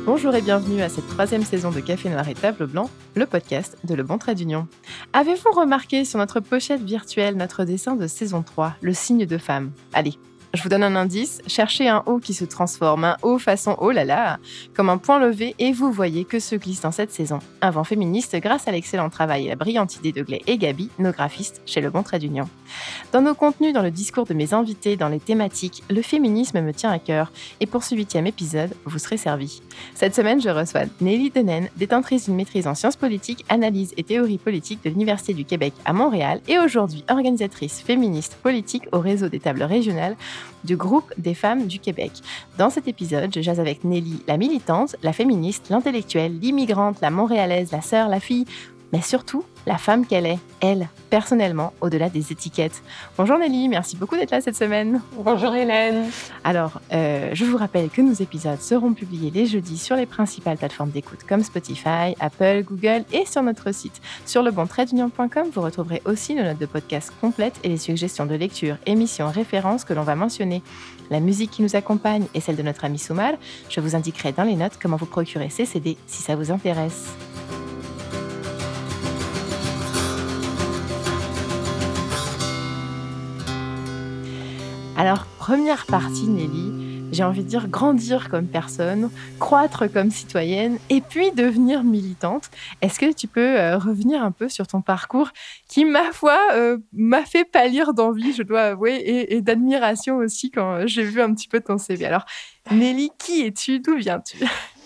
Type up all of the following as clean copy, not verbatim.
Bonjour et bienvenue à cette 3e saison de Café Noir et Table Blanc, le podcast de Le Bon Trait d'Union. Avez-vous remarqué sur notre pochette virtuelle notre dessin de saison 3, le signe de femme ? Allez, je vous donne un indice, cherchez un O qui se transforme, un O façon oh là là, comme un point levé et vous voyez que se glisse dans cette saison un vent féministe grâce à l'excellent travail et la brillante idée de Gley et Gabi, nos graphistes chez Le Bon Trait d'Union. Dans nos contenus, dans le discours de mes invités, dans les thématiques, le féminisme me tient à cœur et pour ce 8e épisode, vous serez servis. Cette semaine, je reçois Nelly Denaine, détentrice d'une maîtrise en sciences politiques, analyse et théorie politique de l'Université du Québec à Montréal et aujourd'hui organisatrice féministe politique au réseau des tables régionales du groupe des femmes du Québec. Dans cet épisode, je jase avec Nelly, la militante, la féministe, l'intellectuelle, l'immigrante, la montréalaise, la sœur, la fille, mais surtout la femme qu'elle est, elle, personnellement, au-delà des étiquettes. Bonjour Nelly, merci beaucoup d'être là cette semaine. Bonjour Hélène. Alors, je vous rappelle que nos épisodes seront publiés les jeudis sur les principales plateformes d'écoute comme Spotify, Apple, Google et sur notre site. Sur lebontraitdunion.com, vous retrouverez aussi nos notes de podcast complètes et les suggestions de lecture, émissions, références que l'on va mentionner. La musique qui nous accompagne est celle de notre ami Soumal. Je vous indiquerai dans les notes comment vous procurer ces CD si ça vous intéresse. Alors, première partie, Nelly, j'ai envie de dire grandir comme personne, croître comme citoyenne et puis devenir militante. Est-ce que tu peux revenir un peu sur ton parcours qui, ma foi, m'a fait pâlir d'envie, je dois avouer, et d'admiration aussi quand j'ai vu un petit peu ton CV. Alors, Nelly, qui es-tu ? D'où viens-tu ?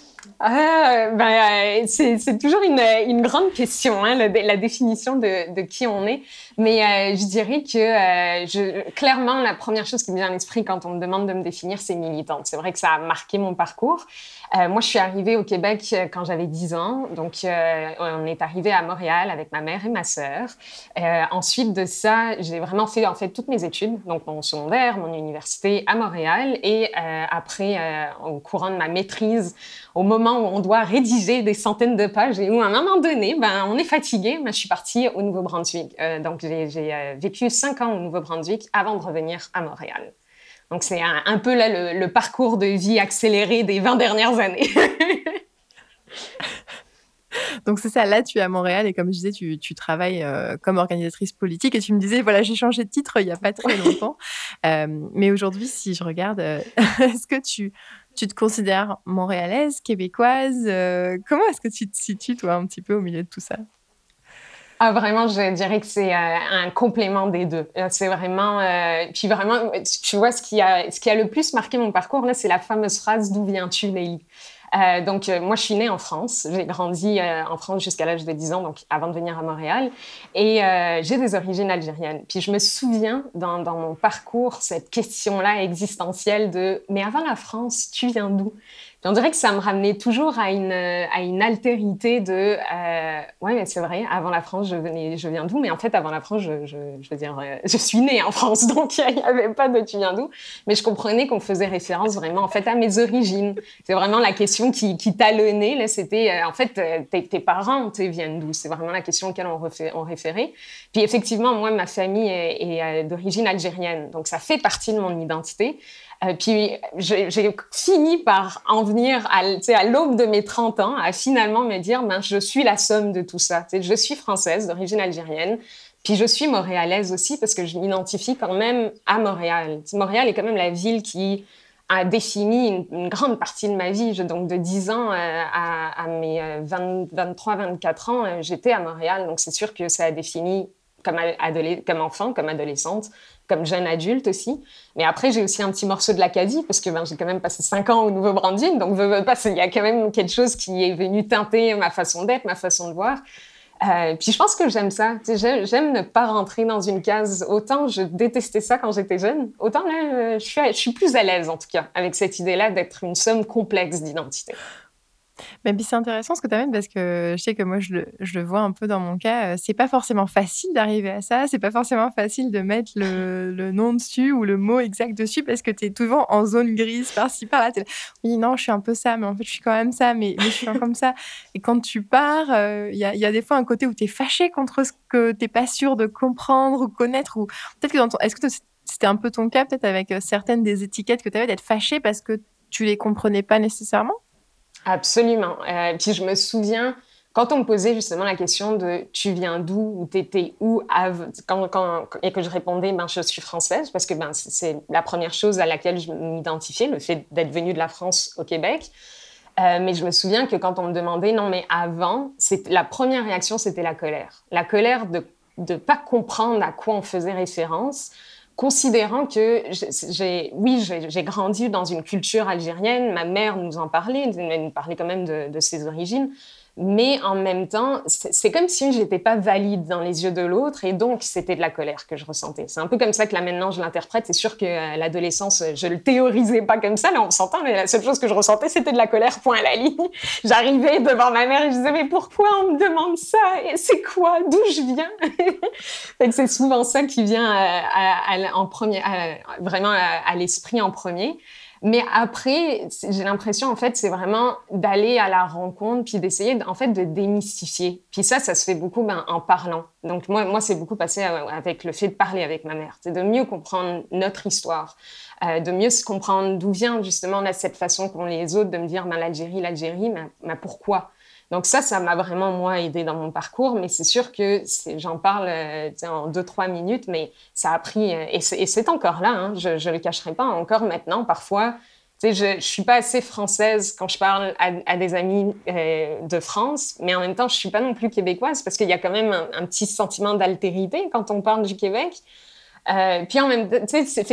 C'est toujours une grande question, hein, la définition de qui on est. Mais je dirais que clairement, la première chose qui me vient à l'esprit quand on me demande de me définir, c'est militante. C'est vrai que ça a marqué mon parcours. Moi, je suis arrivée au Québec quand j'avais 10 ans. Donc, on est arrivé à Montréal avec ma mère et ma sœur. Ensuite de ça, j'ai vraiment fait en fait toutes mes études, donc mon secondaire, mon université à Montréal. Et après, au courant de ma maîtrise, au moment où on doit rédiger des centaines de pages et où à un moment donné, on est fatigué, je suis partie au Nouveau-Brunswick. Donc, j'ai vécu 5 ans au Nouveau-Brunswick avant de revenir à Montréal. Donc, c'est un peu là le parcours de vie accéléré des 20 dernières années. Donc, c'est ça, là, tu es à Montréal et comme je disais, tu travailles comme organisatrice politique et tu me disais, voilà, j'ai changé de titre il n'y a pas très longtemps. Mais aujourd'hui, si je regarde, est-ce que tu te considères montréalaise, québécoise ? Comment est-ce que tu te situes, toi, un petit peu au milieu de tout ça ? Ah, vraiment, je dirais que c'est un complément des deux. C'est vraiment... puis vraiment, tu vois, ce qui a le plus marqué mon parcours, là, c'est la fameuse phrase « D'où viens-tu, Nelly ?» Donc, moi, je suis née en France. J'ai grandi en France jusqu'à l'âge de 10 ans, donc avant de venir à Montréal. Et j'ai des origines algériennes. Puis je me souviens, dans mon parcours, cette question-là existentielle de « Mais avant la France, tu viens d'où ?» Puis on dirait que ça me ramenait toujours à une altérité de ouais, mais c'est vrai, avant la France, je viens d'où? Mais en fait, avant la France, je veux dire, je suis née en France, donc il n'y avait pas de tu viens d'où. Mais je comprenais qu'on faisait référence vraiment en fait à mes origines. C'est vraiment la question qui talonnait. Là, c'était en fait tes parents viennent d'où? C'est vraiment la question auquel on référait. Puis effectivement, moi, ma famille est d'origine algérienne, donc ça fait partie de mon identité. Puis j'ai fini par en venir à l'aube de mes 30 ans à finalement me dire je suis la somme de tout ça. Je suis française d'origine algérienne, puis je suis montréalaise aussi parce que je m'identifie quand même à Montréal. Montréal est quand même la ville qui a défini une grande partie de ma vie. Donc de 10 ans à mes 23-24 ans, j'étais à Montréal. Donc c'est sûr que ça a défini comme enfant, comme adolescente, comme jeune adulte aussi. Mais après, j'ai aussi un petit morceau de l'Acadie, parce que j'ai quand même passé 5 ans au Nouveau-Brunswick, donc il y a quand même quelque chose qui est venu teinter ma façon d'être, ma façon de voir. Puis je pense que j'aime ça. J'aime ne pas rentrer dans une case. Autant je détestais ça quand j'étais jeune, autant là, je suis plus à l'aise, en tout cas, avec cette idée-là d'être une somme complexe d'identité. Mais puis c'est intéressant ce que tu amènes parce que je sais que moi, je le vois un peu dans mon cas. C'est pas forcément facile d'arriver à ça. C'est pas forcément facile de mettre le nom dessus ou le mot exact dessus parce que tu es souvent en zone grise par-ci, par-là. T'es là, oui, non, je suis un peu ça, mais en fait, je suis quand même ça, mais je suis comme ça. Et quand tu pars, il y a des fois un côté où tu es fâché contre ce que tu n'es pas sûr de comprendre ou connaître. Ou peut-être que est-ce que c'était un peu ton cas, peut-être avec certaines des étiquettes que tu avais, d'être fâché parce que tu les comprenais pas nécessairement ? Absolument. Puis je me souviens, quand on me posait justement la question de tu viens d'où ou t'étais où et que je répondais je suis française parce que c'est la première chose à laquelle je m'identifiais, le fait d'être venue de la France au Québec. Mais je me souviens que quand on me demandait non mais avant, la première réaction c'était la colère de pas comprendre à quoi on faisait référence. Considérant que j'ai grandi dans une culture algérienne, ma mère nous en parlait, elle nous parlait quand même de ses origines, mais en même temps, c'est comme si j'étais pas valide dans les yeux de l'autre, et donc c'était de la colère que je ressentais. C'est un peu comme ça que là maintenant je l'interprète. C'est sûr qu'à l'adolescence, je le théorisais pas comme ça, là on s'entend, mais la seule chose que je ressentais, c'était de la colère, point à la ligne. J'arrivais devant ma mère et je disais mais pourquoi on me demande ça? Et c'est quoi? D'où je viens? Fait que c'est souvent ça qui vient en premier, vraiment à l'esprit en premier. Mais après, j'ai l'impression, en fait, c'est vraiment d'aller à la rencontre puis d'essayer, en fait, de démystifier. Puis ça se fait beaucoup en parlant. Donc moi, c'est beaucoup passé avec le fait de parler avec ma mère. C'est de mieux comprendre notre histoire, de mieux se comprendre d'où vient justement cette façon qu'ont les autres de me dire l'Algérie, mais pourquoi? Donc ça m'a vraiment, moi, aidé dans mon parcours. Mais c'est sûr que j'en parle en 2-3 minutes, mais ça a pris... et c'est encore là, hein, je ne le cacherai pas, encore maintenant, parfois. Je ne suis pas assez française quand je parle à des amis de France, mais en même temps, je ne suis pas non plus québécoise parce qu'il y a quand même un petit sentiment d'altérité quand on parle du Québec. Puis en même temps,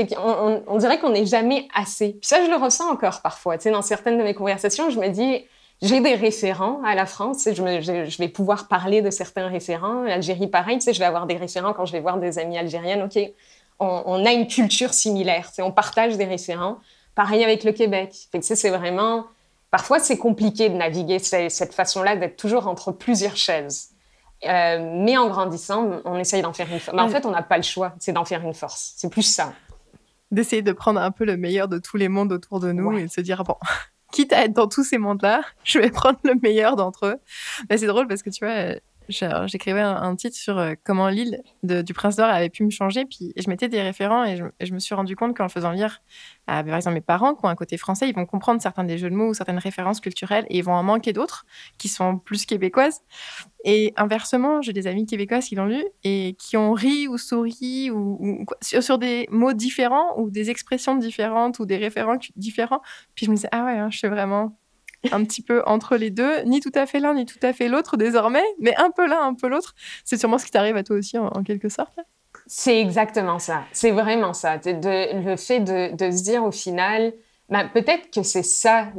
on dirait qu'on n'est jamais assez. Puis ça, je le ressens encore parfois. Dans certaines de mes conversations, je me dis... J'ai des référents à la France, je vais pouvoir parler de certains référents. L'Algérie, pareil, je vais avoir des référents quand je vais voir des amies algériennes. OK, on a une culture similaire, on partage des référents. Pareil avec le Québec. Fait que c'est vraiment... Parfois, c'est compliqué de naviguer cette façon-là, d'être toujours entre plusieurs chaises. Mais en grandissant, on essaye d'en faire une force. Mais en fait, on n'a pas le choix, c'est d'en faire une force. C'est plus ça. D'essayer de prendre un peu le meilleur de tous les mondes autour de nous et de se dire, bon... quitte à être dans tous ces mondes-là, je vais prendre le meilleur d'entre eux. Mais c'est drôle parce que tu vois, j'écrivais un titre sur comment l'île du Prince d'Or avait pu me changer, puis je mettais des référents et je me suis rendu compte qu'en le faisant lire à, par exemple, mes parents qui ont un côté français, ils vont comprendre certains des jeux de mots ou certaines références culturelles et ils vont en manquer d'autres qui sont plus québécoises. Et inversement, j'ai des amis québécoises qui l'ont lu et qui ont ri ou souri sur des mots différents ou des expressions différentes ou des référents différents. Puis je me disais, ah ouais, je suis vraiment un petit peu entre les deux, ni tout à fait l'un, ni tout à fait l'autre désormais, mais un peu l'un, un peu l'autre. C'est sûrement ce qui t'arrive à toi aussi en quelque sorte. Là. C'est exactement ça. C'est vraiment ça. Le fait de se dire au final... peut-être que c'est ça,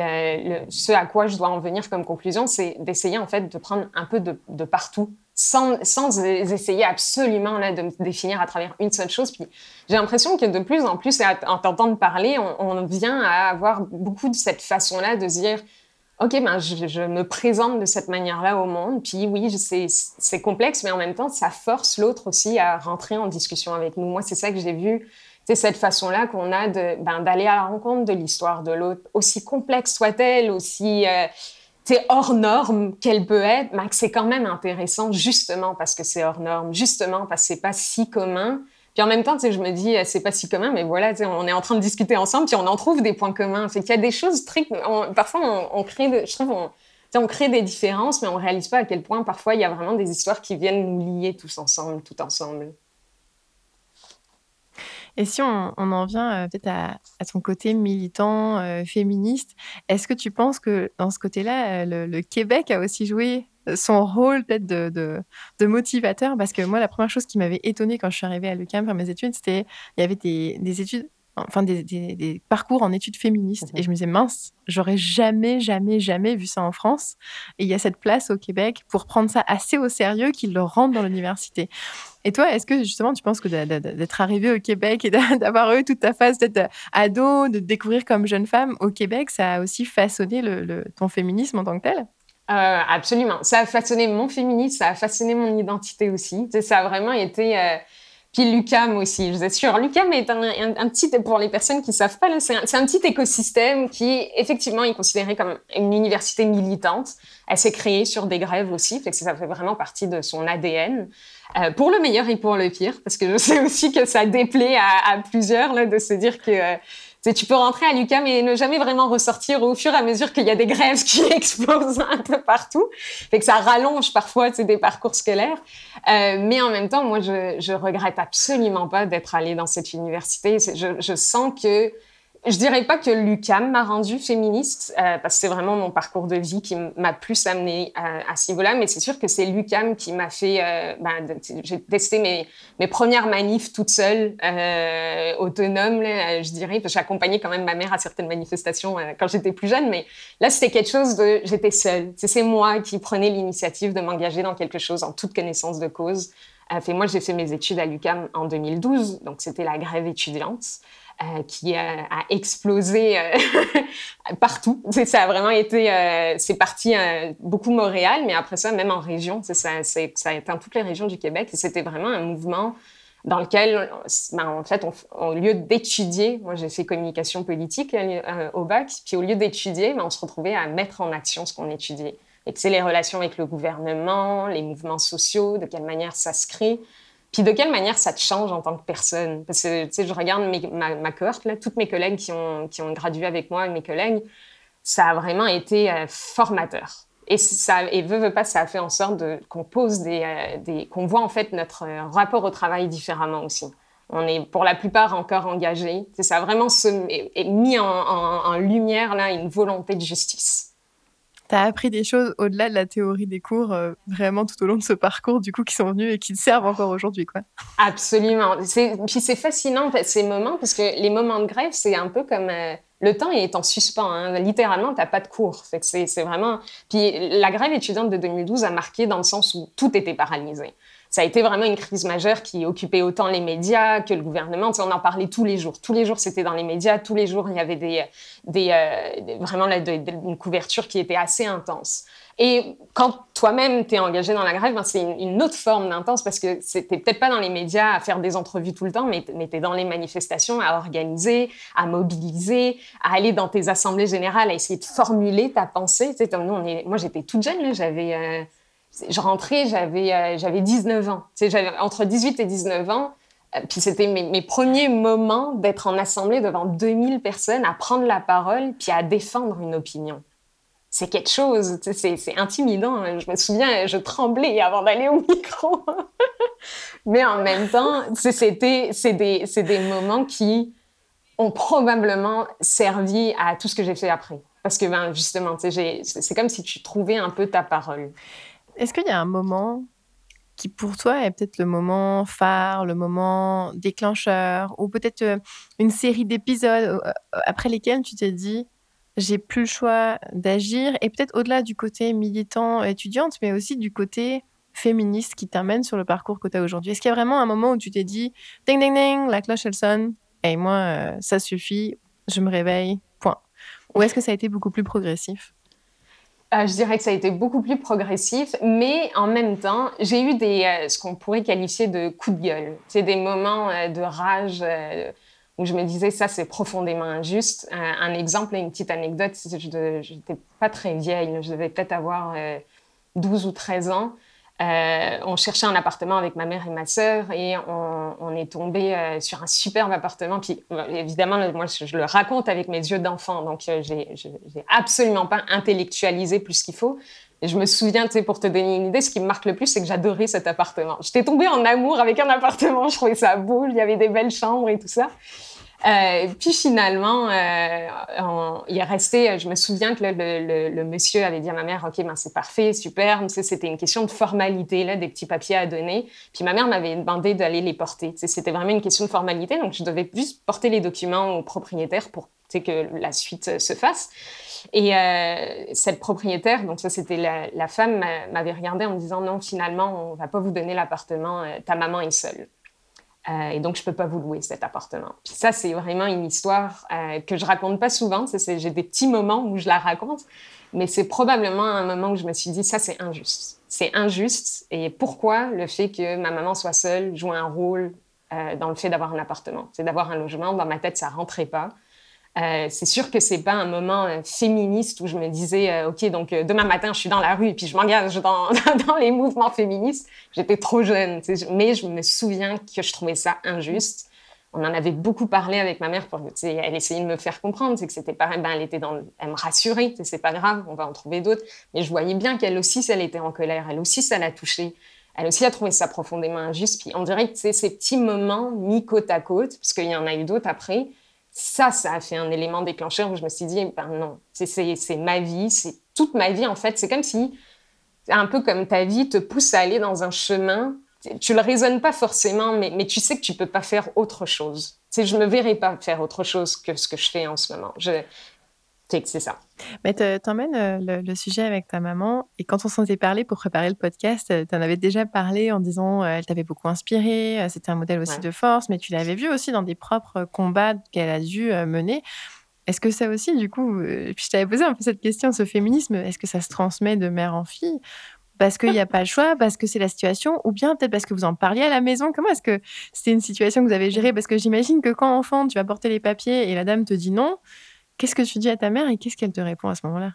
ce à quoi je dois en venir comme conclusion, c'est d'essayer en fait de prendre un peu de partout, sans essayer absolument là, de me définir à travers une seule chose. Puis j'ai l'impression que de plus en plus, en t'entendant parler, on vient à avoir beaucoup de cette façon-là de se dire OK, je me présente de cette manière-là au monde. Puis oui, c'est complexe, mais en même temps, ça force l'autre aussi à rentrer en discussion avec nous. Moi, c'est ça que j'ai vu. C'est cette façon-là qu'on a d'aller à la rencontre de l'histoire de l'autre, aussi complexe soit-elle, aussi hors norme qu'elle peut être, mais que c'est quand même intéressant justement parce que c'est hors norme, justement parce que c'est pas si commun. Puis en même temps, je me dis, c'est pas si commun, mais voilà, on est en train de discuter ensemble, puis on en trouve des points communs. Fait qu'il y a des choses parfois, on crée, je trouve, on crée des différences, mais on réalise pas à quel point parfois il y a vraiment des histoires qui viennent nous lier tous ensemble, tout ensemble. Et si on en vient peut-être à ton côté militant, féministe, est-ce que tu penses que dans ce côté-là, le Québec a aussi joué son rôle peut-être de motivateur? Parce que moi, la première chose qui m'avait étonnée quand je suis arrivée à l'UQAM faire mes études, c'était il y avait des études, enfin des parcours en études féministes. Et je me disais, mince, j'aurais jamais vu ça en France. Et il y a cette place au Québec pour prendre ça assez au sérieux qu'ils le rentrent dans l'université. Et toi, est-ce que justement, tu penses que d'être arrivée au Québec et d'avoir eu toute ta phase d'être ado, de te découvrir comme jeune femme au Québec, ça a aussi façonné ton féminisme en tant que tel? Absolument. Ça a façonné mon féminisme, ça a façonné mon identité aussi. Ça a vraiment été... Puis l'UQAM aussi, je vous assure. L'UQAM est un petit, pour les personnes qui ne savent pas, c'est un petit écosystème qui, effectivement, est considéré comme une université militante. Elle s'est créée sur des grèves aussi, fait que ça fait vraiment partie de son ADN. Pour le meilleur et pour le pire, parce que je sais aussi que ça déplaît à plusieurs là, de se dire que Tu peux rentrer à l'UQAM et ne jamais vraiment ressortir au fur et à mesure qu'il y a des grèves qui explosent un peu partout. Fait que ça rallonge parfois des parcours scolaires. Mais en même temps, moi, je regrette absolument pas d'être allée dans cette université. Je sens que je dirais pas que l'UQAM m'a rendue féministe, parce que c'est vraiment mon parcours de vie qui m'a plus amenée à ce niveau-là, mais c'est sûr que c'est l'UQAM qui m'a fait... j'ai testé mes premières manifs toute seule, autonome, là, je dirais, parce que j'accompagnais quand même ma mère à certaines manifestations quand j'étais plus jeune, mais là, c'était quelque chose de... J'étais seule. C'est moi qui prenais l'initiative de m'engager dans quelque chose en toute connaissance de cause. Moi, j'ai fait mes études à l'UQAM en 2012, donc c'était la grève étudiante. Qui a explosé partout. Ça a vraiment été... c'est parti beaucoup Montréal, mais après ça, même en région. Ça a atteint toutes les régions du Québec. Et c'était vraiment un mouvement dans lequel, en fait, au lieu d'étudier... Moi, j'ai fait communication politique au bac. Puis au lieu d'étudier, on se retrouvait à mettre en action ce qu'on étudiait. Et c'est les relations avec le gouvernement, les mouvements sociaux, de quelle manière ça se crée. Puis de quelle manière ça te change en tant que personne? Parce que, tu sais, je regarde ma cohorte, là, toutes mes collègues qui ont gradué avec moi, mes collègues, ça a vraiment été formateur. Et veut pas, ça a fait en sorte qu'on pose qu'on voit en fait notre rapport au travail différemment aussi. On est pour la plupart encore engagés. Ça a vraiment mis en lumière là, une volonté de justice. Tu as appris des choses au-delà de la théorie des cours, vraiment tout au long de ce parcours, du coup, qui sont venus et qui te servent encore aujourd'hui, quoi. Absolument. Puis c'est fascinant, en fait, ces moments, parce que les moments de grève, c'est un peu comme... le temps est en suspens. Hein. Littéralement, tu n'as pas de cours. Fait que c'est vraiment... Puis la grève étudiante de 2012 a marqué dans le sens où tout était paralysé. Ça a été vraiment une crise majeure qui occupait autant les médias que le gouvernement. Tu sais, on en parlait tous les jours. Tous les jours, c'était dans les médias. Tous les jours, il y avait vraiment une couverture qui était assez intense. Et quand toi-même t'es engagé dans la grève, c'est une autre forme d'intense parce que t'es peut-être pas dans les médias à faire des entrevues tout le temps, mais t'es dans les manifestations à organiser, à mobiliser, à aller dans tes assemblées générales, à essayer de formuler ta pensée. Tu sais, moi, j'étais toute jeune, là, je rentrais, j'avais 19 ans. Tu sais, j'avais entre 18 et 19 ans. Puis c'était mes premiers moments d'être en assemblée devant 2000 personnes, à prendre la parole, puis à défendre une opinion. C'est quelque chose, tu sais, c'est intimidant. Je me souviens, je tremblais avant d'aller au micro. Mais en même temps, c'est des moments qui ont probablement servi à tout ce que j'ai fait après. Parce que justement, tu sais, c'est comme si tu trouvais un peu ta parole. Est-ce qu'il y a un moment qui, pour toi, est peut-être le moment phare, le moment déclencheur, ou peut-être une série d'épisodes après lesquels tu t'es dit « j'ai plus le choix d'agir », et peut-être au-delà du côté militant, étudiante, mais aussi du côté féministe qui t'amène sur le parcours que tu as aujourd'hui. Est-ce qu'il y a vraiment un moment où tu t'es dit « ding, ding, ding, la cloche, elle sonne, et moi, ça suffit, je me réveille, point ». Ou est-ce que ça a été beaucoup plus progressif ? Je dirais que ça a été beaucoup plus progressif, mais en même temps, j'ai eu ce qu'on pourrait qualifier de coups de gueule. C'est des moments de rage où je me disais, ça, c'est profondément injuste. Un exemple, une petite anecdote, je n'étais pas très vieille, je devais peut-être avoir 12 ou 13 ans. On cherchait un appartement avec ma mère et ma sœur et on est tombé sur un superbe appartement. Puis évidemment, moi, je le raconte avec mes yeux d'enfant, donc j'ai absolument pas intellectualisé plus qu'il faut. Et je me souviens, tu sais, pour te donner une idée, ce qui me marque le plus, c'est que j'adorais cet appartement. J'étais tombée en amour avec un appartement, je trouvais ça beau, il y avait des belles chambres et tout ça. Puis finalement, il est resté. Je me souviens que le monsieur avait dit à ma mère, ok, c'est parfait, super. C'était une question de formalité, là, des petits papiers à donner. Puis ma mère m'avait demandé d'aller les porter. C'était vraiment une question de formalité, donc je devais juste porter les documents au propriétaire pour que la suite se fasse. Et cette propriétaire, donc ça c'était la femme, m'avait regardée en me disant, non, finalement, on va pas vous donner l'appartement. Ta maman est seule. Et donc, je peux pas vous louer cet appartement. Puis ça, c'est vraiment une histoire que je raconte pas souvent. J'ai des petits moments où je la raconte, mais c'est probablement un moment où je me suis dit, ça, c'est injuste. C'est injuste. Et pourquoi le fait que ma maman soit seule joue un rôle dans le fait d'avoir un appartement? C'est d'avoir un logement. Dans ma tête, ça rentrait pas. C'est sûr que c'est pas un moment féministe où je me disais OK, donc demain matin je suis dans la rue et puis je m'engage dans les mouvements féministes. J'étais trop jeune, mais je me souviens que je trouvais ça injuste. On en avait beaucoup parlé avec ma mère, elle essayait de me faire comprendre, c'est que c'était pareil, elle me rassurait, c'est pas grave, on va en trouver d'autres. Mais je voyais bien qu'elle aussi, elle était en colère, elle aussi, ça l'a touchée. Elle aussi a trouvé ça profondément injuste. Puis on dirait que ces petits moments mis côte à côte, parce qu'il y en a eu d'autres après, ça a fait un élément déclencheur où je me suis dit, ben non, c'est ma vie, c'est toute ma vie en fait. C'est comme si, un peu comme ta vie te pousse à aller dans un chemin. Tu le raisonnes pas forcément, mais tu sais que tu peux pas faire autre chose. Tu sais, je me verrais pas faire autre chose que ce que je fais en ce moment. C'est ça. Mais t'emmènes le sujet avec ta maman et quand on s'en était parlé pour préparer le podcast, t'en avais déjà parlé en disant, elle t'avait beaucoup inspiré, c'était un modèle aussi Ouais. de force, mais tu l'avais vu aussi dans des propres combats qu'elle a dû mener. Est-ce que ça aussi, du coup, puis je t'avais posé un peu cette question, ce féminisme, est-ce que ça se transmet de mère en fille? Parce qu'il y a pas le choix, parce que c'est la situation ou bien peut-être parce que vous en parliez à la maison? Comment est-ce que c'était une situation que vous avez gérée? Parce que j'imagine que quand enfant, tu vas porter les papiers et la dame te dit non, qu'est-ce que tu dis à ta mère et qu'est-ce qu'elle te répond à ce moment-là?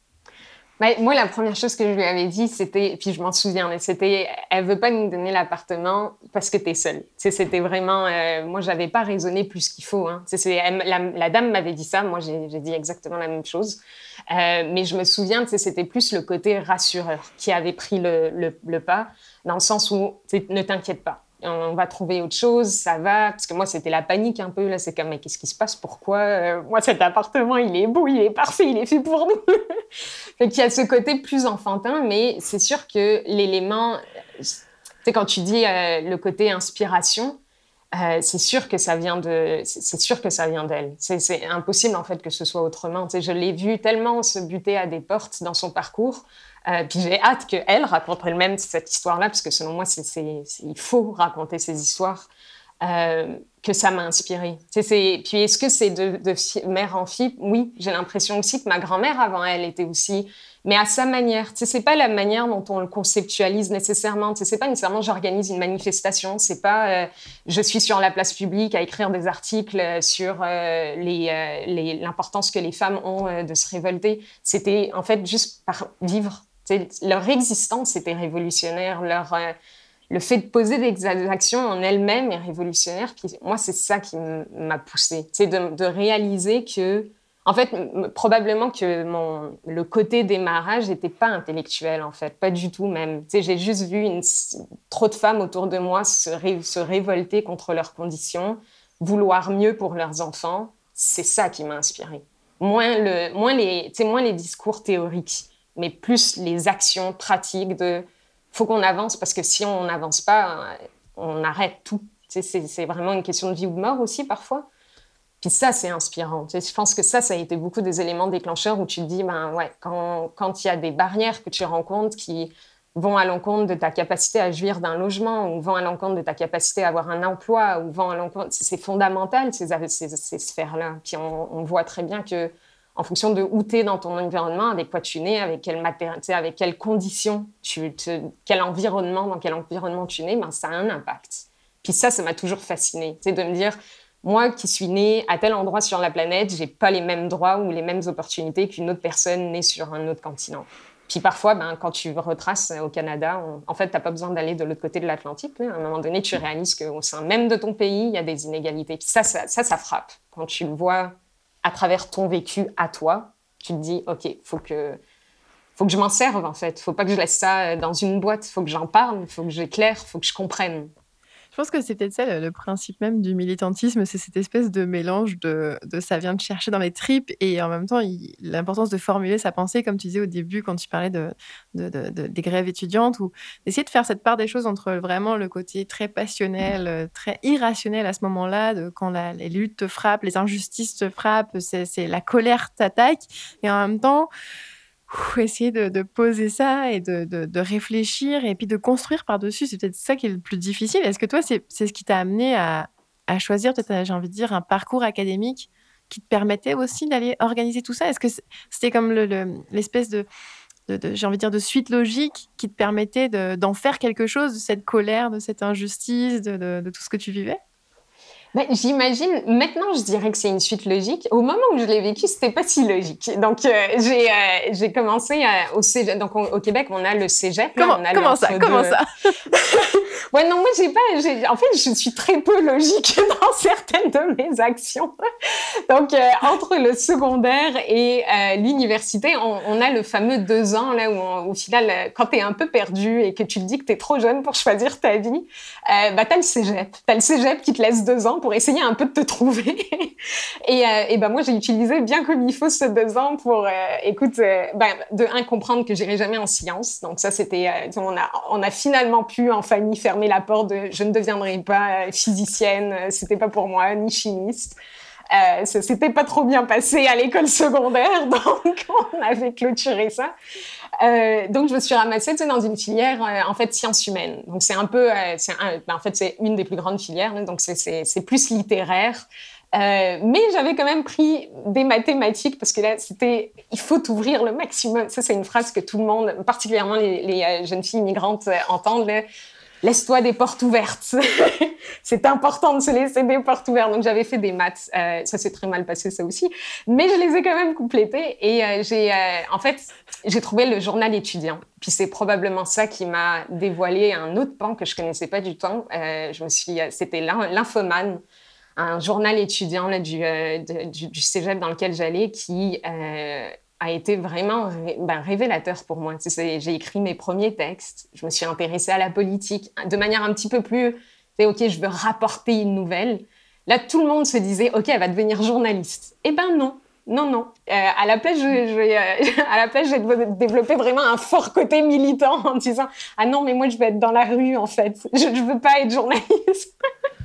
Moi, la première chose que je lui avais dit, c'était, puis je m'en souviens, mais c'était, elle veut pas nous donner l'appartement parce que t'es seule. Tu sais, c'était vraiment, moi, j'avais pas raisonné plus qu'il faut. Hein. Tu sais, la dame m'avait dit ça, moi, j'ai dit exactement la même chose. Mais je me souviens, tu sais, c'était plus le côté rassureur qui avait pris le pas, dans le sens où, tu sais, ne t'inquiète pas. On va trouver autre chose, ça va. Parce que moi, c'était la panique un peu. Là, c'est comme, mais qu'est-ce qui se passe? Pourquoi? Moi, cet appartement, il est beau, il est parfait, il est fait pour nous. Fait qu'il y a ce côté plus enfantin, mais c'est sûr que l'élément, tu sais, quand tu dis le côté inspiration, c'est sûr que ça vient c'est sûr que ça vient d'elle. C'est impossible en fait que ce soit autrement. Tu sais, je l'ai vue tellement se buter à des portes dans son parcours. Puis j'ai hâte qu'elle raconte elle-même cette histoire-là, parce que selon moi, il faut raconter ces histoires. Que ça m'a inspirée. Puis est-ce que c'est de mère en fille? Oui, j'ai l'impression aussi que ma grand-mère avant elle était aussi, mais à sa manière. C'est pas la manière dont on le conceptualise nécessairement. C'est pas nécessairement j'organise une manifestation. C'est pas je suis sur la place publique à écrire des articles sur l'importance que les femmes ont de se révolter. C'était en fait juste par vivre. Leur existence était révolutionnaire. Le fait de poser des actions en elles-mêmes est révolutionnaire. Puis moi, c'est ça qui m'a poussée. C'est de réaliser que, en fait, probablement que le côté démarrage n'était pas intellectuel, en fait. Pas du tout, même. Tu sais, j'ai juste vu trop de femmes autour de moi se révolter contre leurs conditions, vouloir mieux pour leurs enfants. C'est ça qui m'a inspirée. Moins les discours théoriques, mais plus les actions pratiques faut qu'on avance parce que si on n'avance pas, on arrête tout. Tu sais, c'est vraiment une question de vie ou de mort aussi parfois. Puis ça, c'est inspirant. Tu sais, je pense que ça a été beaucoup des éléments déclencheurs où tu te dis, ben ouais, quand il y a des barrières que tu rencontres qui vont à l'encontre de ta capacité à jouir d'un logement ou vont à l'encontre de ta capacité à avoir un emploi ou vont à l'encontre, c'est fondamental ces sphères-là. Puis on voit très bien que en fonction de où tu es dans ton environnement, avec quoi tu nais, avec quelle matérialité, avec quelles conditions, quel environnement, dans quel environnement tu nais, ben, ça a un impact. Puis ça m'a toujours fascinée. De me dire, moi qui suis née à tel endroit sur la planète, j'ai pas les mêmes droits ou les mêmes opportunités qu'une autre personne née sur un autre continent. Puis parfois, ben, quand tu retraces au Canada, en fait, t'as pas besoin d'aller de l'autre côté de l'Atlantique. Là. À un moment donné, tu réalises qu'au sein même de ton pays, il y a des inégalités. Puis ça frappe. Quand tu le vois à travers ton vécu à toi, tu te dis, OK, faut que je m'en serve, en fait. Faut pas que je laisse ça dans une boîte. Faut que j'en parle, faut que j'éclaire, faut que je comprenne. Je pense que c'est peut-être ça le principe même du militantisme, c'est cette espèce de mélange de ça vient te chercher dans les tripes et en même temps, l'importance de formuler sa pensée, comme tu disais au début quand tu parlais des grèves étudiantes ou d'essayer de faire cette part des choses entre vraiment le côté très passionnel, très irrationnel à ce moment-là, de quand les luttes te frappent, les injustices te frappent, c'est la colère t'attaque et en même temps essayer de poser ça et de réfléchir et puis de construire par-dessus, c'est peut-être ça qui est le plus difficile. Est-ce que toi, c'est ce qui t'a amené à choisir peut-être, j'ai envie de dire, un parcours académique qui te permettait aussi d'aller organiser tout ça? Est-ce que c'était comme l'espèce j'ai envie de dire, de suite logique qui te permettait d'en faire quelque chose de cette colère, de cette injustice, de tout ce que tu vivais? J'imagine, maintenant je dirais que c'est une suite logique. Au moment où je l'ai vécu, c'était pas si logique. Donc j'ai commencé au cégep. Donc au Québec, on a le cégep. Comment ça? Ouais, non, moi en fait, je suis très peu logique dans certaines de mes actions. Donc entre le secondaire et l'université, on a le fameux 2 ans là où au final, quand t'es un peu perdu et que tu te dis que t'es trop jeune pour choisir ta vie, t'as le cégep. T'as le cégep qui te laisse 2 ans pour essayer un peu de te trouver. et moi, j'ai utilisé bien comme il faut ce 2 ans pour, de comprendre que j'irai jamais en sciences. Donc ça, c'était, on a finalement pu en famille fermer la porte de je ne deviendrai pas physicienne, c'était pas pour moi, ni chimiste. Ça s'était pas trop bien passé à l'école secondaire, donc on avait clôturé ça. Donc je me suis ramassée dans une filière en fait sciences humaines. Donc c'est un peu, en fait c'est une des plus grandes filières, donc c'est plus littéraire. Mais j'avais quand même pris des mathématiques parce que là c'était il faut t'ouvrir le maximum. Ça c'est une phrase que tout le monde, particulièrement les jeunes filles immigrantes entendent. Là, laisse-toi des portes ouvertes. C'est important de se laisser des portes ouvertes. Donc, j'avais fait des maths. Ça s'est très mal passé, ça aussi. Mais je les ai quand même complétées. Et en fait, j'ai trouvé le journal étudiant. Puis c'est probablement ça qui m'a dévoilé un autre pan que je connaissais pas du tout. C'était l'Infoman, un journal étudiant là, du cégep dans lequel j'allais qui a été vraiment révélateur pour moi. J'ai écrit mes premiers textes, je me suis intéressée à la politique de manière un petit peu plus, ok, je veux rapporter une nouvelle. Là, tout le monde se disait, ok, elle va devenir journaliste. Eh ben non. Non. À la place, j'ai développé vraiment un fort côté militant en disant, ah non, mais moi, je vais être dans la rue, en fait. Je veux pas être journaliste.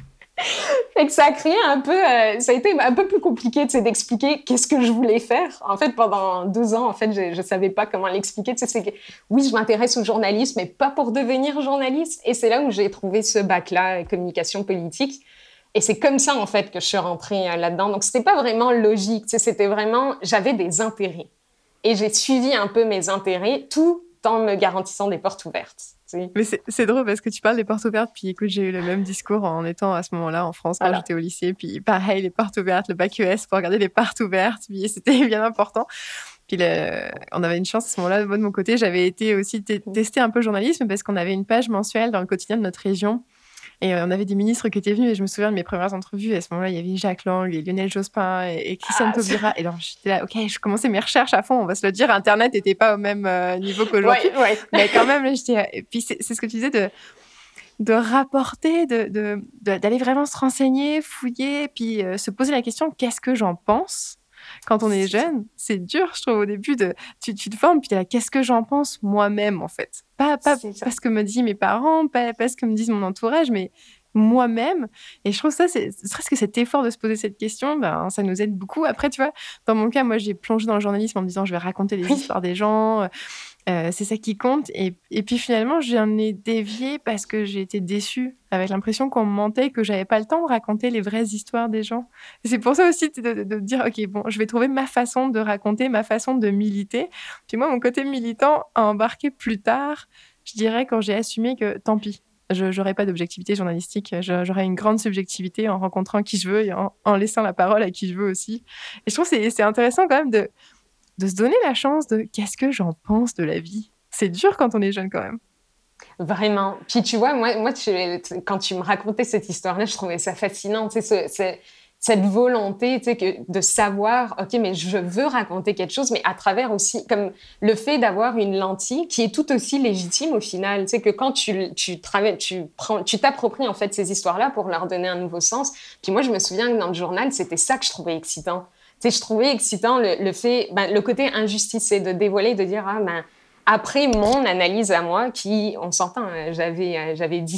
Fait que ça a créé un peu, ça a été un peu plus compliqué d'expliquer qu'est-ce que je voulais faire. En fait, pendant 2 ans, en fait, je savais pas comment l'expliquer. C'est que oui, je m'intéresse au journalisme, mais pas pour devenir journaliste. Et c'est là où j'ai trouvé ce bac-là, communication politique. Et c'est comme ça, en fait, que je suis rentrée là-dedans. Donc, c'était pas vraiment logique. C'était vraiment, j'avais des intérêts. Et j'ai suivi un peu mes intérêts tout en me garantissant des portes ouvertes. Mais c'est drôle parce que tu parles des portes ouvertes, puis écoute, j'ai eu le même discours en étant à ce moment-là en France quand j'étais au lycée, puis pareil, les portes ouvertes, le bac ES pour regarder les portes ouvertes, puis c'était bien important. Puis on avait une chance à ce moment-là, moi de mon côté, j'avais été aussi tester un peu le journalisme parce qu'on avait une page mensuelle dans le quotidien de notre région. Et on avait des ministres qui étaient venus et je me souviens de mes premières entrevues. À ce moment-là, il y avait Jacques Lang et Lionel Jospin et Christiane Taubira. Et alors, j'étais là, ok, je commençais mes recherches à fond. On va se le dire, Internet n'était pas au même niveau qu'aujourd'hui. Ouais. Mais quand même, là, et puis, c'est ce que tu disais de rapporter, d'aller vraiment se renseigner, fouiller, puis se poser la question, qu'est-ce que j'en pense ? Quand on est jeune, c'est dur, je trouve, au début, tu te formes, puis t'es là, qu'est-ce que j'en pense moi-même, en fait ? Pas ce que me disent mes parents, pas ce que me disent mon entourage, mais moi-même. Et je trouve ça, c'est presque cet effort de se poser cette question, ça nous aide beaucoup. Après, tu vois, dans mon cas, moi, j'ai plongé dans le journalisme en me disant, je vais raconter les histoires des gens, c'est ça qui compte. Et puis finalement, j'en ai dévié parce que j'ai été déçue, avec l'impression qu'on me mentait, que j'avais pas le temps de raconter les vraies histoires des gens. Et c'est pour ça aussi de dire, ok, bon, je vais trouver ma façon de raconter, ma façon de militer. Puis moi, mon côté militant a embarqué plus tard, je dirais, quand j'ai assumé que tant pis. Je n'aurai pas d'objectivité journalistique. J'aurai une grande subjectivité en rencontrant qui je veux et en laissant la parole à qui je veux aussi. Et je trouve que c'est intéressant quand même de se donner la chance de qu'est-ce que j'en pense de la vie. C'est dur quand on est jeune quand même. Vraiment. Puis tu vois, moi quand tu me racontais cette histoire-là, je trouvais ça fascinant. Tu sais, cette volonté, tu sais, de savoir, ok, mais je veux raconter quelque chose, mais à travers aussi, comme le fait d'avoir une lentille qui est tout aussi légitime au final. Tu sais, que quand tu t'appropries en fait ces histoires-là pour leur donner un nouveau sens. Puis moi, je me souviens que dans le journal, c'était ça que je trouvais excitant. Tu sais, je trouvais excitant le fait, le côté injusticé de dévoiler, de dire, après mon analyse à moi, qui, on s'entend, j'avais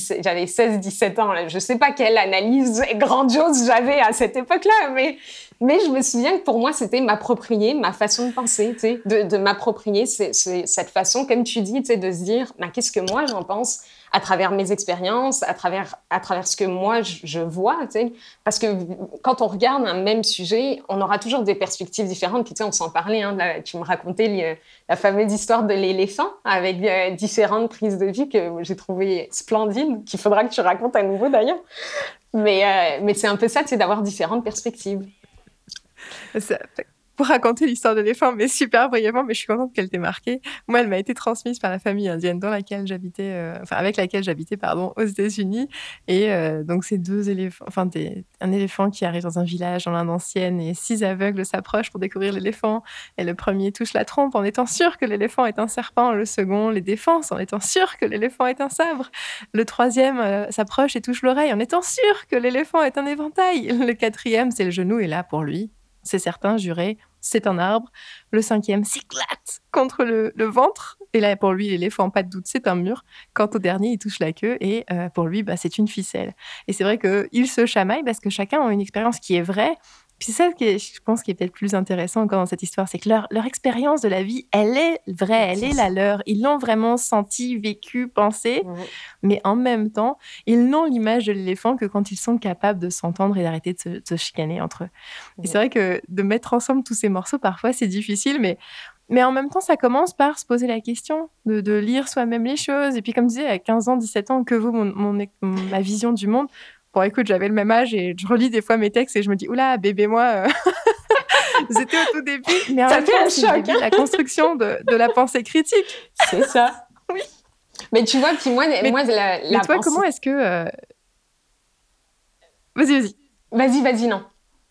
16-17 ans, là, je sais pas quelle analyse grandiose j'avais à cette époque-là, mais je me souviens que pour moi, c'était m'approprier ma façon de penser, tu sais, de m'approprier cette façon, comme tu dis, tu sais, de se dire, qu'est-ce que moi j'en pense à travers mes expériences, à travers ce que moi je vois, tu sais, parce que quand on regarde un même sujet, on aura toujours des perspectives différentes. Puis tu sais, on s'en parlait, tu me racontais la fameuse histoire de l'éléphant avec différentes prises de vue que j'ai trouvé splendides, qu'il faudra que tu racontes à nouveau d'ailleurs. Mais c'est un peu ça, c'est d'avoir différentes perspectives. Ça- Pour raconter l'histoire de l'éléphant, mais super brièvement, mais je suis contente qu'elle t'ait marquée. Moi, elle m'a été transmise par la famille indienne dans laquelle j'habitais, avec laquelle j'habitais, pardon, aux États-Unis. Et donc, ces deux éléphants, un éléphant qui arrive dans un village en Inde ancienne et 6 aveugles s'approchent pour découvrir l'éléphant. Et le premier touche la trompe en étant sûr que l'éléphant est un serpent. Le second les défense en étant sûr que l'éléphant est un sabre. Le troisième s'approche et touche l'oreille en étant sûr que l'éléphant est un éventail. Le quatrième, c'est le genou, et là, pour lui, c'est certain, juré, c'est un arbre. Le cinquième s'éclate contre le ventre. Et là, pour lui, l'éléphant, pas de doute, c'est un mur. Quant au dernier, il touche la queue et pour lui, c'est une ficelle. Et c'est vrai qu'ils se chamaillent parce que chacun a une expérience qui est vraie. Puis c'est ça qui je pense, qui est peut-être plus intéressant encore dans cette histoire, c'est que leur expérience de la vie, elle est vraie, elle est la leur. Ils l'ont vraiment senti, vécu, pensé, mais en même temps, ils n'ont l'image de l'éléphant que quand ils sont capables de s'entendre et d'arrêter de se chicaner entre eux. Et c'est vrai que de mettre ensemble tous ces morceaux, parfois, c'est difficile, mais en même temps, ça commence par se poser la question de lire soi-même les choses. Et puis, comme je disais, à 15 ans, 17 ans, que vaut ma vision du monde? Bon, écoute, j'avais le même âge et je relis des fois mes textes et je me dis, oula, bébé, moi, c'était au tout début. Mais en Ça même fait temps, un c'est choc. le début de la construction de la pensée critique. C'est ça. Oui. Mais tu vois, puis moi Mais toi, pensée... comment est-ce que... Vas-y. Vas-y, non.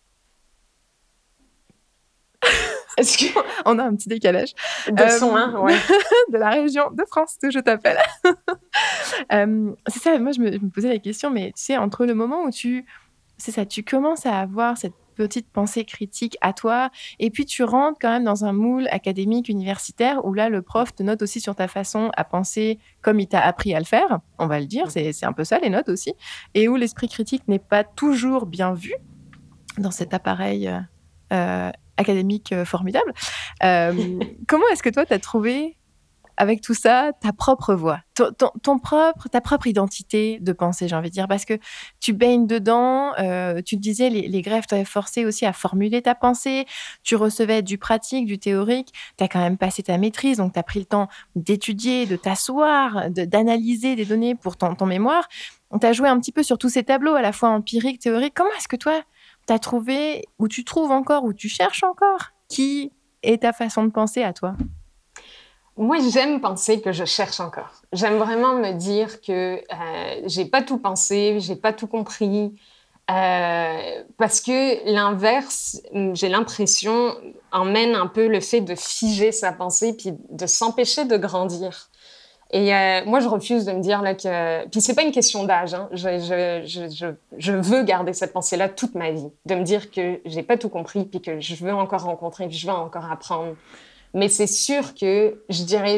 Est-ce que... On a un petit décalage. De son, hein, ouais. De la région de France, d'où je t'appelle. C'est ça, moi, je me posais la question, mais tu sais, entre le moment où tu commences à avoir cette petite pensée critique à toi, et puis tu rentres quand même dans un moule académique, universitaire, où là, le prof te note aussi sur ta façon à penser comme il t'a appris à le faire, on va le dire, c'est un peu ça, les notes aussi, et où l'esprit critique n'est pas toujours bien vu dans cet appareil académique formidable. Comment est-ce que toi, tu as trouvé, avec tout ça, ta propre voix, ta propre identité de pensée, j'ai envie de dire, parce que tu baignes dedans, tu te disais, les grèves t'avaient forcé aussi à formuler ta pensée, tu recevais du pratique, du théorique, tu as quand même passé ta maîtrise, donc tu as pris le temps d'étudier, de t'asseoir, d'analyser des données pour ton mémoire. Tu as joué un petit peu sur tous ces tableaux, à la fois empiriques, théoriques. Comment est-ce que toi, tu as trouvé, ou tu trouves encore, ou tu cherches encore, qui est ta façon de penser à toi? Moi, j'aime penser que je cherche encore. J'aime vraiment me dire que j'ai pas tout pensé, j'ai pas tout compris, parce que l'inverse, j'ai l'impression, emmène un peu le fait de figer sa pensée puis de s'empêcher de grandir. Et moi, je refuse de me dire là que... Puis c'est pas une question d'âge. Hein. Je veux garder cette pensée-là toute ma vie, de me dire que j'ai pas tout compris puis que je veux encore rencontrer, puis je veux encore apprendre. Mais c'est sûr que je dirais,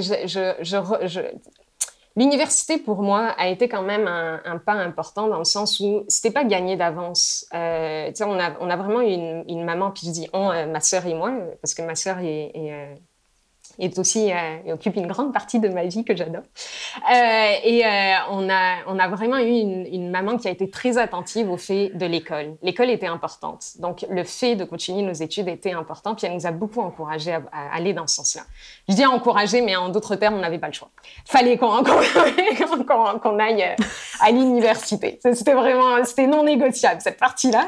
l'université pour moi a été quand même un pas important dans le sens où c'était pas gagné d'avance. Tu sais, on a vraiment eu une maman, puis je dis ma sœur et moi, parce que ma sœur est aussi occupe une grande partie de ma vie que j'adore. On a vraiment eu une maman qui a été très attentive au fait de l'école. L'école était importante. Donc, le fait de continuer nos études était important. Puis, elle nous a beaucoup encouragés à aller dans ce sens-là. Je dis encourager, mais en d'autres termes, on n'avait pas le choix. Fallait qu'on aille à l'université. C'était non négociable, cette partie-là.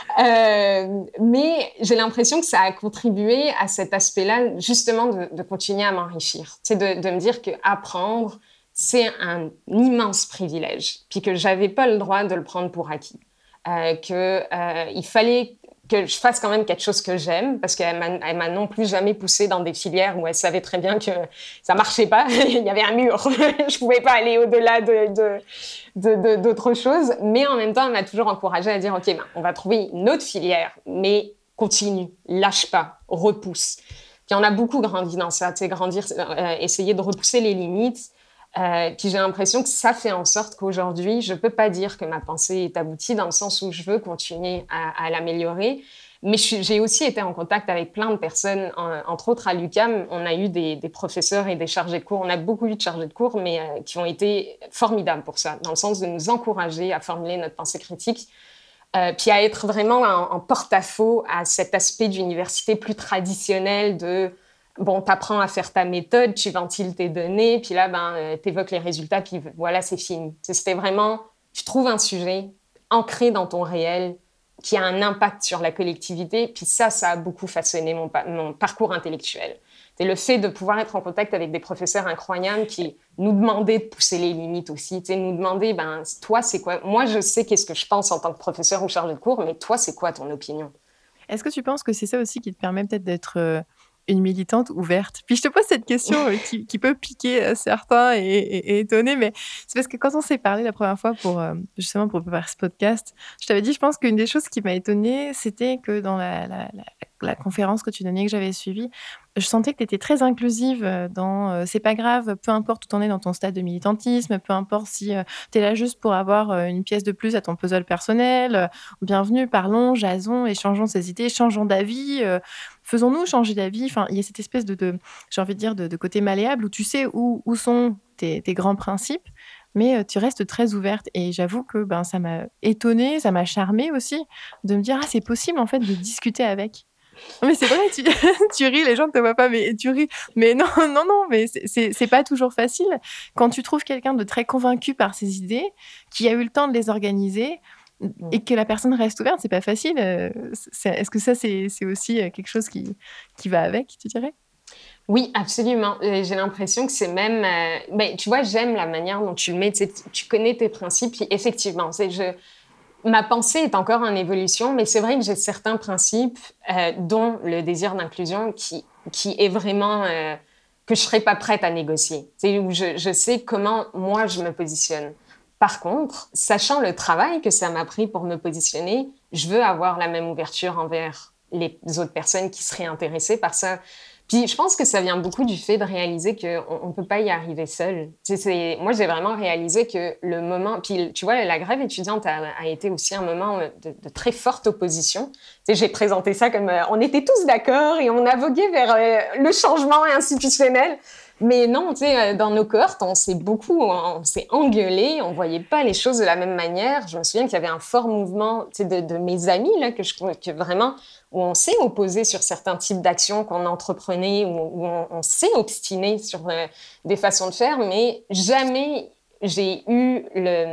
Mais j'ai l'impression que ça a contribué à cet aspect-là, justement, de continuer à m'enrichir. C'est de me dire qu'apprendre, c'est un immense privilège, puis que j'avais pas le droit de le prendre pour acquis. Il fallait que je fasse quand même quelque chose que j'aime, parce qu'elle m'a non plus jamais poussée dans des filières où elle savait très bien que ça marchait pas. Il y avait un mur. Je pouvais pas aller au-delà d'autres choses. Mais en même temps, elle m'a toujours encouragée à dire, OK, on va trouver une autre filière, mais continue, lâche pas, repousse. Puis on a beaucoup grandi dans ça, tu sais, grandir, essayer de repousser les limites. Puis j'ai l'impression que ça fait en sorte qu'aujourd'hui, je peux pas dire que ma pensée est aboutie dans le sens où je veux continuer à l'améliorer. Mais j'ai aussi été en contact avec plein de personnes, entre autres à l'UQAM. On a eu des professeurs et des chargés de cours. On a beaucoup eu de chargés de cours, mais qui ont été formidables pour ça, dans le sens de nous encourager à formuler notre pensée critique. Puis à être vraiment en porte-à-faux à cet aspect d'université plus traditionnel de bon, t'apprends à faire ta méthode, tu ventiles tes données, puis là, t'évoques les résultats, puis voilà, c'est fini. C'était vraiment, tu trouves un sujet, ancré dans ton réel, qui a un impact sur la collectivité. Puis ça a beaucoup façonné mon parcours intellectuel. C'est le fait de pouvoir être en contact avec des professeurs incroyables qui nous demandaient de pousser les limites aussi. Nous demandaient, toi, c'est quoi? Moi, je sais qu'est-ce que je pense en tant que professeur ou chargé de cours, mais toi, c'est quoi ton opinion? Est-ce que tu penses que c'est ça aussi qui te permet peut-être d'être une militante ouverte? Puis je te pose cette question qui peut piquer certains et étonner, mais c'est parce que quand on s'est parlé la première fois justement pour préparer ce podcast, je t'avais dit, je pense qu'une des choses qui m'a étonnée, c'était que dans la conférence que tu donnais, que j'avais suivie, je sentais que tu étais très inclusive c'est pas grave, peu importe où tu en es dans ton stade de militantisme, peu importe si tu es là juste pour avoir une pièce de plus à ton puzzle personnel, bienvenue, parlons, jasons, échangeons ces idées, changeons d'avis, faisons-nous changer d'avis. Enfin, il y a cette espèce j'ai envie de dire, de côté malléable où tu sais où sont tes grands principes, mais tu restes très ouverte. Et j'avoue que ça m'a étonnée, ça m'a charmée aussi de me dire: «Ah, c'est possible en fait de discuter avec». Non, mais c'est vrai, tu tu ris, les gens ne te voient pas, mais tu ris. Mais non, non, non, mais c'est pas toujours facile. Quand tu trouves quelqu'un de très convaincu par ses idées, qui a eu le temps de les organiser, et que la personne reste ouverte, c'est pas facile. Est-ce que ça, c'est aussi quelque chose qui va avec, tu dirais? Oui, absolument. J'ai l'impression que c'est même... tu vois, j'aime la manière dont tu le mets. Tu connais tes principes. Puis effectivement, ma pensée est encore en évolution, mais c'est vrai que j'ai certains principes, dont le désir d'inclusion, qui est vraiment... que je ne serais pas prête à négocier. Où je sais comment moi je me positionne. Par contre, sachant le travail que ça m'a pris pour me positionner, je veux avoir la même ouverture envers les autres personnes qui seraient intéressées par ça. Puis je pense que ça vient beaucoup du fait de réaliser qu'on ne peut pas y arriver seul. Moi, j'ai vraiment réalisé que le moment... Puis tu vois, la grève étudiante a été aussi un moment de très forte opposition. J'ai présenté ça comme on était tous d'accord et on a vogué vers le changement institutionnel. Mais non, dans nos cohortes, on s'est engueulé, on voyait pas les choses de la même manière. Je me souviens qu'il y avait un fort mouvement de mes amis là, que vraiment... où on s'est opposé sur certains types d'actions qu'on entreprenait, où on s'est obstiné sur des façons de faire, mais jamais j'ai eu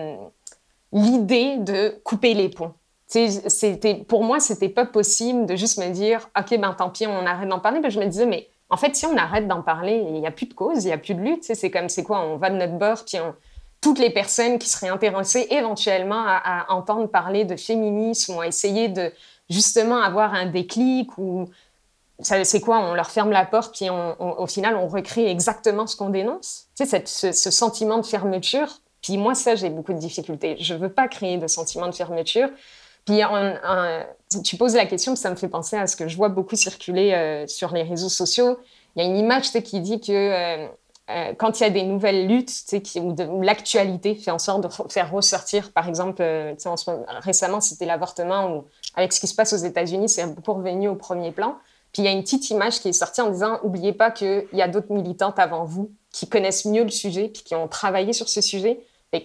l'idée de couper les ponts. Pour moi, c'était pas possible de juste me dire « Ok, tant pis, on arrête d'en parler ». Je me disais « Mais en fait, si on arrête d'en parler, il n'y a plus de cause, il n'y a plus de lutte. C'est quoi, on va de notre bord, puis toutes les personnes qui seraient intéressées éventuellement à entendre parler de féminisme ou à essayer de justement avoir un déclic ou c'est quoi, on leur ferme la porte puis au final on recrée exactement ce qu'on dénonce. Ce sentiment de fermeture. Puis moi ça j'ai beaucoup de difficultés. Je veux pas créer de sentiment de fermeture. Puis tu poses la question, ça me fait penser à ce que je vois beaucoup circuler sur les réseaux sociaux. Il y a une image qui dit que quand il y a des nouvelles luttes, où l'actualité fait en sorte de faire ressortir, par exemple, récemment, c'était l'avortement, où, avec ce qui se passe aux États-Unis, c'est beaucoup revenu au premier plan. Puis il y a une petite image qui est sortie en disant « N'oubliez pas qu'il y a d'autres militantes avant vous qui connaissent mieux le sujet, puis qui ont travaillé sur ce sujet. »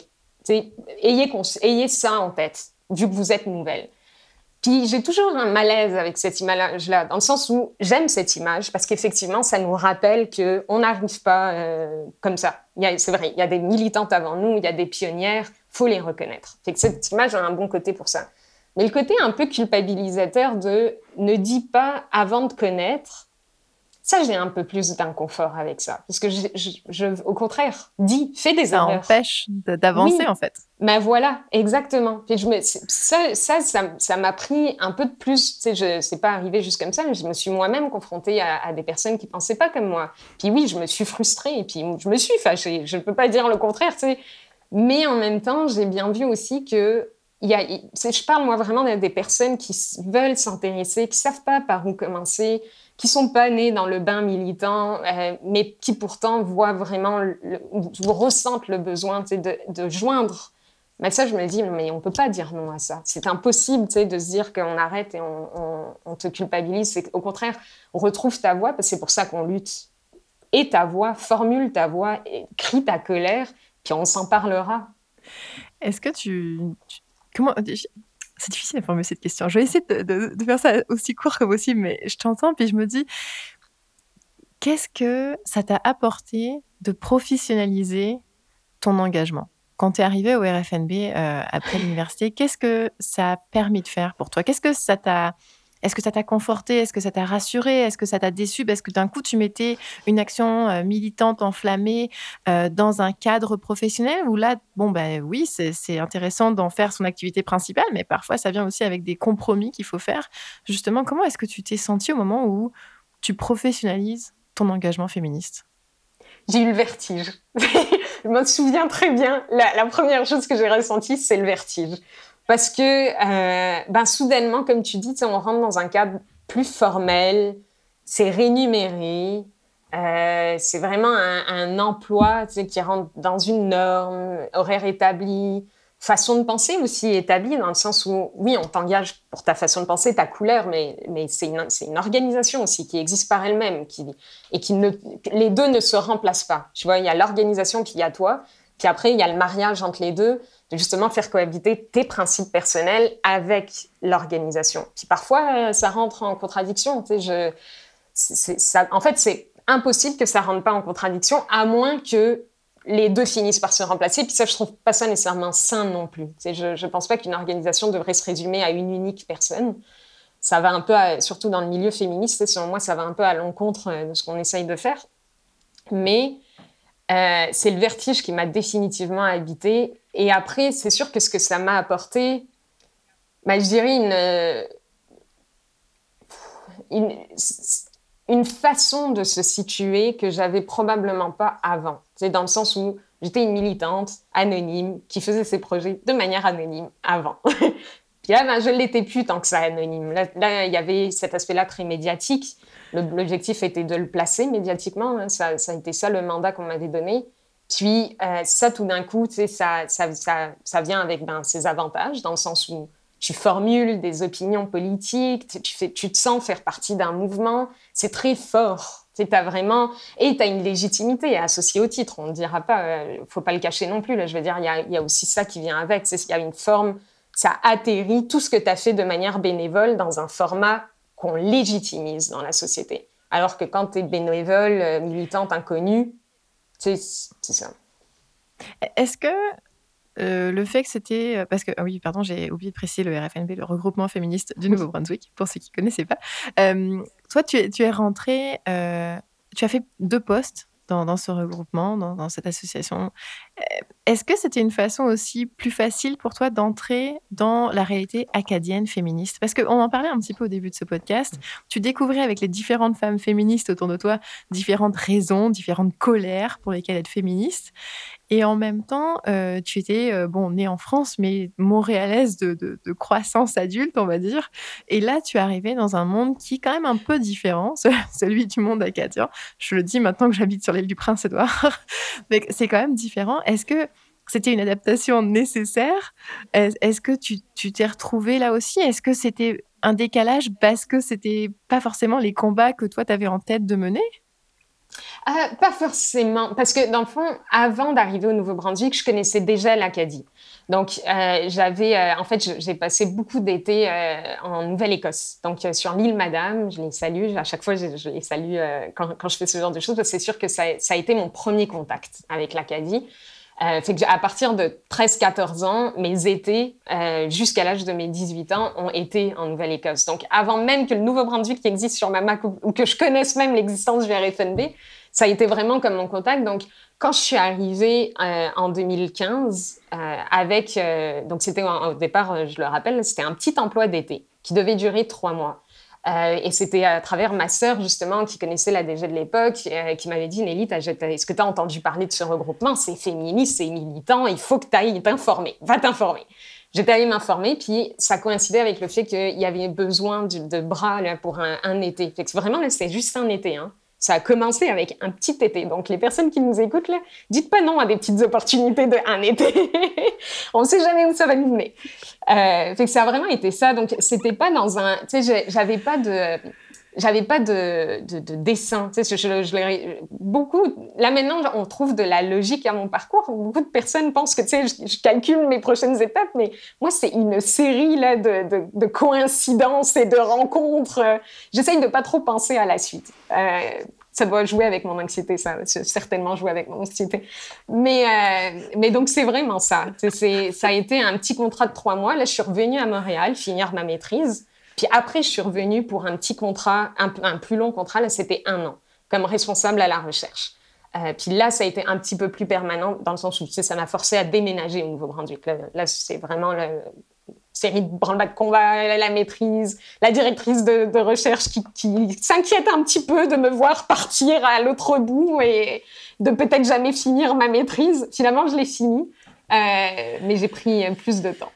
Ayez ça en tête, vu que vous êtes nouvelle. Puis j'ai toujours un malaise avec cette image-là, dans le sens où j'aime cette image, parce qu'effectivement, ça nous rappelle qu'on n'arrive pas comme ça. C'est vrai, il y a des militantes avant nous, il y a des pionnières, il faut les reconnaître. Fait que cette image a un bon côté pour ça. Mais le côté un peu culpabilisateur de « ne dis pas avant de connaître », ça, j'ai un peu plus d'inconfort avec ça. Parce que au contraire, fais des erreurs. Ça empêche d'avancer, oui. En fait. Ben voilà, exactement. Puis ça m'a pris un peu de plus. C'est pas arrivé juste comme ça, mais je me suis moi-même confrontée à des personnes qui pensaient pas comme moi. Puis oui, je me suis frustrée et puis je me suis fâchée. Je ne peux pas dire le contraire, Mais en même temps, j'ai bien vu aussi que je parle moi vraiment des personnes qui veulent s'intéresser, qui savent pas par où commencer, qui sont pas nées dans le bain militant, mais qui pourtant voient vraiment, ressentent le besoin de joindre. Mais ça, je me dis, mais on peut pas dire non à ça. C'est impossible de se dire qu'on arrête et on te culpabilise. Au contraire, retrouve ta voix, parce que c'est pour ça qu'on lutte. Et ta voix, formule ta voix, crie ta colère, puis on s'en parlera. Est-ce que comment... C'est difficile à formuler cette question. Je vais essayer de faire ça aussi court que possible, mais je t'entends, puis je me dis, qu'est-ce que ça t'a apporté de professionnaliser ton engagement? Quand tu es arrivée au RFNB après l'université, qu'est-ce que ça a permis de faire pour toi? Est-ce que ça t'a conforté? Est-ce que ça t'a rassuré? Est-ce que ça t'a déçu? Parce que d'un coup, tu mettais une action militante, enflammée, dans un cadre professionnel où là, bon, ben oui, c'est intéressant d'en faire son activité principale, mais parfois, ça vient aussi avec des compromis qu'il faut faire. Justement, comment est-ce que tu t'es sentie au moment où tu professionnalises ton engagement féministe? J'ai eu le vertige. Je me souviens très bien, la première chose que j'ai ressentie, c'est le vertige. Parce que, soudainement, comme tu dis, on rentre dans un cadre plus formel, c'est rémunéré, c'est vraiment un emploi qui rentre dans une norme, horaire établi, façon de penser aussi établie, dans le sens où, oui, on t'engage pour ta façon de penser, ta couleur, mais c'est une organisation aussi qui existe par elle-même, les deux ne se remplacent pas. Tu vois, il y a l'organisation, puis il y a toi, puis après, il y a le mariage entre les deux, de justement faire cohabiter tes principes personnels avec l'organisation. Puis parfois, ça rentre en contradiction. En fait, c'est impossible que ça rentre pas en contradiction, à moins que les deux finissent par se remplacer. Puis ça, je trouve pas ça nécessairement sain non plus. Je pense pas qu'une organisation devrait se résumer à une unique personne. Ça va un peu, surtout dans le milieu féministe, selon moi, ça va un peu à l'encontre de ce qu'on essaye de faire. Mais c'est le vertige qui m'a définitivement habité. Et après, c'est sûr que ce que ça m'a apporté, je dirais une façon de se situer que j'avais probablement pas avant. C'est dans le sens où j'étais une militante anonyme qui faisait ses projets de manière anonyme avant. Puis là, je ne l'étais plus tant que ça anonyme. Là, il y avait cet aspect-là très médiatique. L'objectif était de le placer médiatiquement. Hein. Ça a été ça le mandat qu'on m'avait donné. Puis ça, tout d'un coup, ça vient avec ses avantages, dans le sens où tu formules des opinions politiques, tu te sens faire partie d'un mouvement. C'est très fort. Et tu as une légitimité associée au titre. On ne dira pas, faut pas le cacher non plus. Là, je veux dire, il y a aussi ça qui vient avec. Il y a une forme, ça atterrit tout ce que tu as fait de manière bénévole dans un format qu'on légitimise dans la société. Alors que quand tu es bénévole, militante, inconnue, c'est ça. Est-ce que le fait que c'était... Parce que, ah oui, pardon, j'ai oublié de préciser le RFNB, le regroupement féministe du Nouveau-Brunswick, pour ceux qui ne connaissaient pas. Toi, tu es rentrée, tu as fait 2 postes dans ce regroupement, dans cette association. Est-ce que c'était une façon aussi plus facile pour toi d'entrer dans la réalité acadienne féministe? Parce qu'on en parlait un petit peu au début de ce podcast. Tu découvrais avec les différentes femmes féministes autour de toi différentes raisons, différentes colères pour lesquelles être féministe. Et en même temps, tu étais, née en France, mais montréalaise de croissance adulte, on va dire. Et là, tu arrivais dans un monde qui est quand même un peu différent, celui du monde acadien. Je le dis maintenant que j'habite sur l'île du Prince-Édouard. Mais c'est quand même différent. Est-ce que c'était une adaptation nécessaire? Est-ce que tu t'es retrouvée là aussi? Est-ce que c'était un décalage parce que c'était pas forcément les combats que toi, tu avais en tête de mener? Pas forcément, parce que dans le fond, avant d'arriver au Nouveau-Brunswick, je connaissais déjà l'Acadie. Donc, j'ai passé beaucoup d'été en Nouvelle-Écosse. Donc, sur l'île Madame, je les salue. À chaque fois, je les salue quand je fais ce genre de choses, parce que c'est sûr que ça a été mon premier contact avec l'Acadie. Fait que à partir de 13-14 ans, mes étés, jusqu'à l'âge de mes 18 ans, ont été en Nouvelle-Écosse. Donc, avant même que le Nouveau-Brunswick qui existe sur ma map ou que je connaisse même l'existence du RFNB, ça a été vraiment comme mon contact. Donc, quand je suis arrivée en 2015, donc c'était au départ, je le rappelle, c'était un petit emploi d'été qui devait durer 3 mois. Et c'était à travers ma sœur, justement, qui connaissait la DG de l'époque, qui m'avait dit « Nelly, est-ce que tu as entendu parler de ce regroupement? C'est féministe, c'est militant, il faut que tu ailles t'informer. Va t'informer. » J'étais allée m'informer, puis ça coïncidait avec le fait qu'il y avait besoin de bras là, pour un été. Fait que vraiment, là, c'était juste un été. Hein. Ça a commencé avec un petit été. Donc, les personnes qui nous écoutent, là, dites pas non à des petites opportunités d'un été. On ne sait jamais où ça va nous mener. Fait que ça a vraiment été ça. Donc, c'était pas dans un... Tu sais, j'avais pas de dessin. Tu sais, beaucoup... Là, maintenant, on trouve de la logique à mon parcours. Beaucoup de personnes pensent que, tu sais, je calcule mes prochaines étapes, mais moi, c'est une série là, de coïncidences et de rencontres. J'essaye de pas trop penser à la suite. Ça doit jouer avec mon anxiété, ça. C'est certainement jouer avec mon anxiété. Mais donc, c'est vraiment ça. Ça a été un petit contrat de 3 mois. Là, je suis revenue à Montréal, finir ma maîtrise. Puis après, je suis revenue pour un petit contrat, un plus long contrat. Là, c'était 1 an, comme responsable à la recherche. Puis là, ça a été un petit peu plus permanent dans le sens où, ça m'a forcé à déménager au Nouveau-Brunswick. Là c'est vraiment série de branle-bas de combat, la maîtrise, la directrice de recherche qui s'inquiète un petit peu de me voir partir à l'autre bout et de peut-être jamais finir ma maîtrise. Finalement, je l'ai finie, mais j'ai pris plus de temps.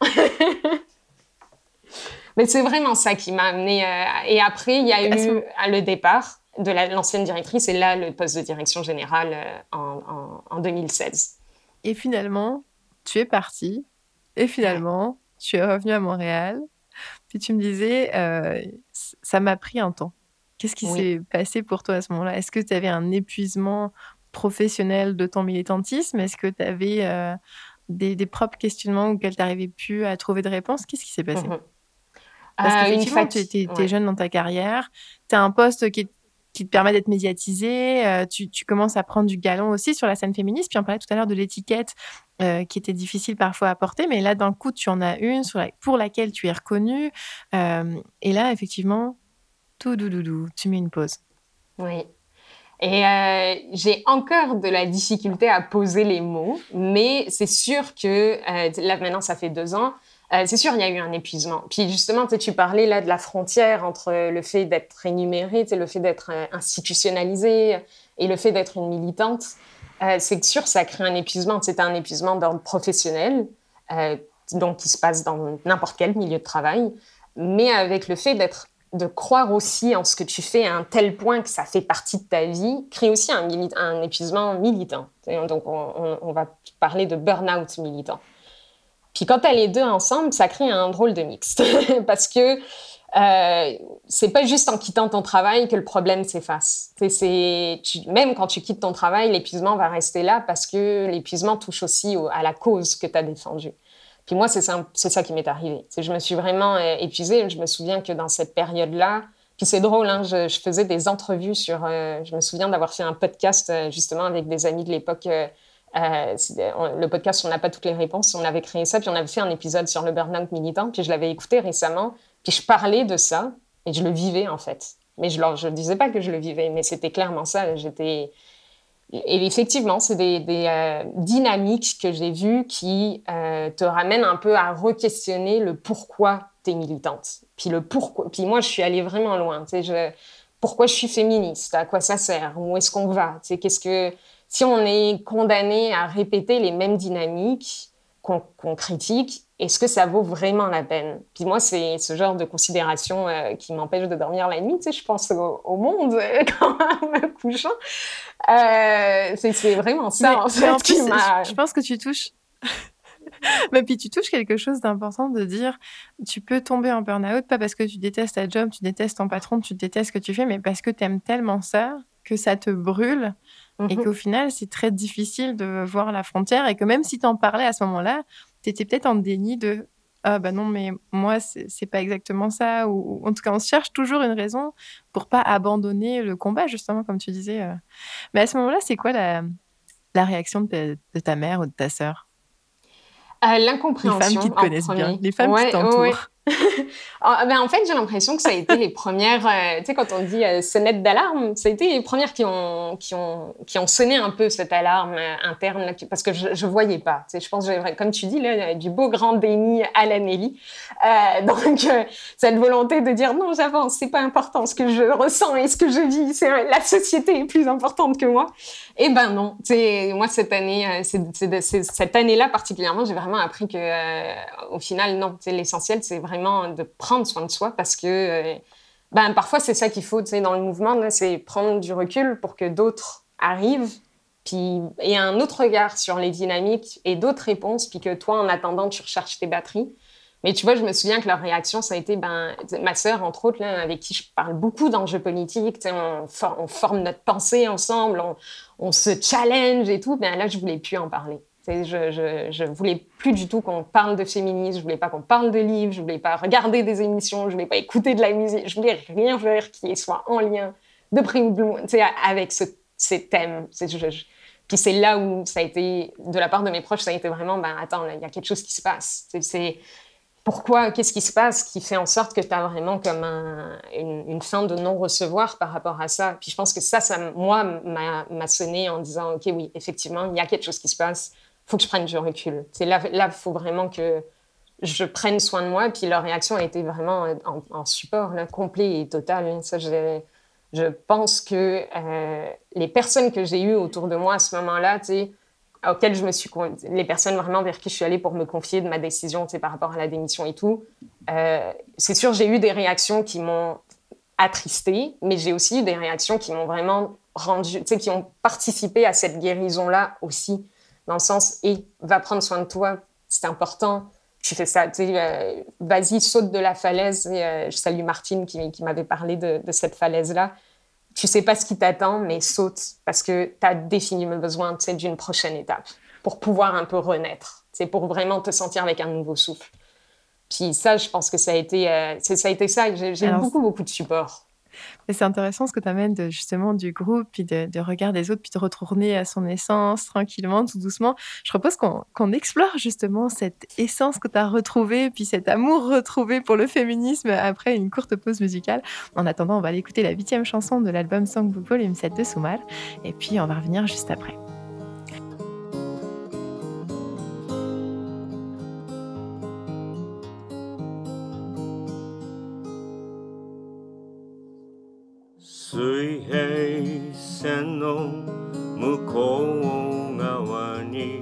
Mais c'est vraiment ça qui m'a amenée. Et après, il y a eu le départ de l'ancienne directrice et là, le poste de direction générale en 2016. Et finalement, tu es partie. Et finalement, tu es revenue à Montréal. Puis tu me disais, ça m'a pris un temps. Qu'est-ce qui s'est passé pour toi à ce moment-là? Est-ce que tu avais un épuisement professionnel de ton militantisme? Est-ce que tu avais des propres questionnements auxquels tu n'arrivais plus à trouver de réponse? Qu'est-ce qui s'est passé? Parce qu'effectivement, tu es jeune dans ta carrière. Tu as un poste qui te permet d'être médiatisé. Tu commences à prendre du galon aussi sur la scène féministe. Puis on parlait tout à l'heure de l'étiquette qui était difficile parfois à porter. Mais là, d'un coup, tu en as une pour laquelle tu es reconnue. Et là, effectivement, tout doudou, tu mets une pause. Oui. Et j'ai encore de la difficulté à poser les mots. Mais c'est sûr que là, maintenant, ça fait 2 ans. C'est sûr, il y a eu un épuisement. Puis justement, tu parlais là de la frontière entre le fait d'être rémunérée, le fait d'être institutionnalisée et le fait d'être une militante. C'est sûr, ça crée un épuisement. C'est un épuisement d'ordre professionnel, donc qui se passe dans n'importe quel milieu de travail, mais avec le fait de croire aussi en ce que tu fais à un tel point que ça fait partie de ta vie, crée aussi un épuisement militant. Donc, on va parler de burn-out militant. Puis quand tu as les deux ensemble, ça crée un drôle de mix. Parce que c'est pas juste en quittant ton travail que le problème s'efface. Même quand tu quittes ton travail, l'épuisement va rester là parce que l'épuisement touche aussi à la cause que tu as défendue. Puis moi, c'est ça qui m'est arrivé. Je me suis vraiment épuisée. Je me souviens que dans cette période-là, puis c'est drôle, hein, je faisais des entrevues je me souviens d'avoir fait un podcast justement avec des amis de l'époque. Le podcast On n'a pas toutes les réponses, on avait créé ça, puis on avait fait un épisode sur le burn-out militant, puis je l'avais écouté récemment, puis je parlais de ça, et je le vivais en fait. Mais je disais pas que je le vivais, mais c'était clairement ça. Et effectivement, c'est des dynamiques que j'ai vues qui te ramènent un peu à re-questionner le pourquoi t'es militante. Puis le pourquoi. Puis moi, je suis allée vraiment loin. Pourquoi je suis féministe? À quoi ça sert? Où est-ce qu'on va? Si on est condamné à répéter les mêmes dynamiques qu'on critique, est-ce que ça vaut vraiment la peine? Puis moi, c'est ce genre de considération qui m'empêche de dormir la nuit. Je pense au monde quand en me couchant. C'est vraiment ça, en fait, qui m'a... Je pense que tu touches... Mais puis tu touches quelque chose d'important de dire tu peux tomber en burn-out, pas parce que tu détestes ta job, tu détestes ton patron, tu détestes ce que tu fais, mais parce que tu aimes tellement ça que ça te brûle et qu'au final, c'est très difficile de voir la frontière et que même si tu en parlais à ce moment-là, tu étais peut-être en déni de « Ah bah non, mais moi, c'est pas exactement ça » ou en tout cas, on se cherche toujours une raison pour pas abandonner le combat, justement, comme tu disais. Mais à ce moment-là, c'est quoi la réaction de ta mère ou de ta sœur? L'incompréhension. Les femmes qui te connaissent bien, les femmes qui t'entourent. Ouais. En fait, j'ai l'impression que ça a été les premières, tu sais, quand on dit sonnette d'alarme, ça a été les premières qui ont sonné un peu cette alarme interne, là, parce que je voyais pas. Tu sais, je pense, comme tu dis, là, du beau grand déni à la Nelly. Donc, cette volonté de dire non, j'avance, c'est pas important ce que je ressens et ce que je vis, la société est plus importante que moi. Eh ben non, tu sais, moi, cette année, cette année-là particulièrement, j'ai vraiment appris que, au final, non, tu sais, l'essentiel, c'est vraiment de prendre soin de soi parce que parfois c'est ça qu'il faut, tu sais, dans le mouvement, là, c'est prendre du recul pour que d'autres arrivent puis et un autre regard sur les dynamiques et d'autres réponses, puis que toi en attendant tu recharges tes batteries. Mais tu vois, je me souviens que leur réaction, ça a été ma sœur, entre autres, là, avec qui je parle beaucoup d'enjeux politiques, tu sais, on forme notre pensée ensemble, on se challenge et tout, là je voulais plus en parler. Je voulais plus du tout qu'on parle de féminisme, je voulais pas qu'on parle de livres, je voulais pas regarder des émissions, je voulais pas écouter de la musique, je voulais rien faire qui soit en lien de près ou de loin, avec ces thèmes. Puis c'est là où ça a été, de la part de mes proches, ça a été vraiment, attends, il y a quelque chose qui se passe. Pourquoi, qu'est-ce qui se passe qui fait en sorte que tu as vraiment comme une fin de non-recevoir par rapport à ça. Puis je pense que ça moi, m'a sonné en disant, OK, oui, effectivement, il y a quelque chose qui se passe, il faut que je prenne du recul. Là, il faut vraiment que je prenne soin de moi. Puis leur réaction a été vraiment en support là, complet et total. Ça, je pense que les personnes que j'ai eues autour de moi à ce moment-là, auxquelles les personnes vraiment vers qui je suis allée pour me confier de ma décision par rapport à la démission et tout, c'est sûr, j'ai eu des réactions qui m'ont attristée, mais j'ai aussi eu des réactions qui m'ont vraiment qui ont participé à cette guérison-là aussi, dans le sens, va prendre soin de toi, c'est important, tu fais ça, vas-y, saute de la falaise. Je salue Martine qui m'avait parlé de cette falaise-là. Tu sais pas ce qui t'attend, mais saute parce que tu as définitivement besoin d'une prochaine étape pour pouvoir un peu renaître, pour vraiment te sentir avec un nouveau souffle. Puis ça, je pense que ça a été ça. J'ai eu beaucoup de support. C'est intéressant ce que tu amènes justement du groupe, puis de regard des autres, puis de retourner à son essence tranquillement, tout doucement. Je propose qu'on explore justement cette essence que tu as retrouvée, puis cet amour retrouvé pour le féminisme après une courte pause musicale. En attendant, on va aller écouter la 8e chanson de l'album Songbook Volume 7 de Soumal, et puis on va revenir juste après. '水平線の向こう側に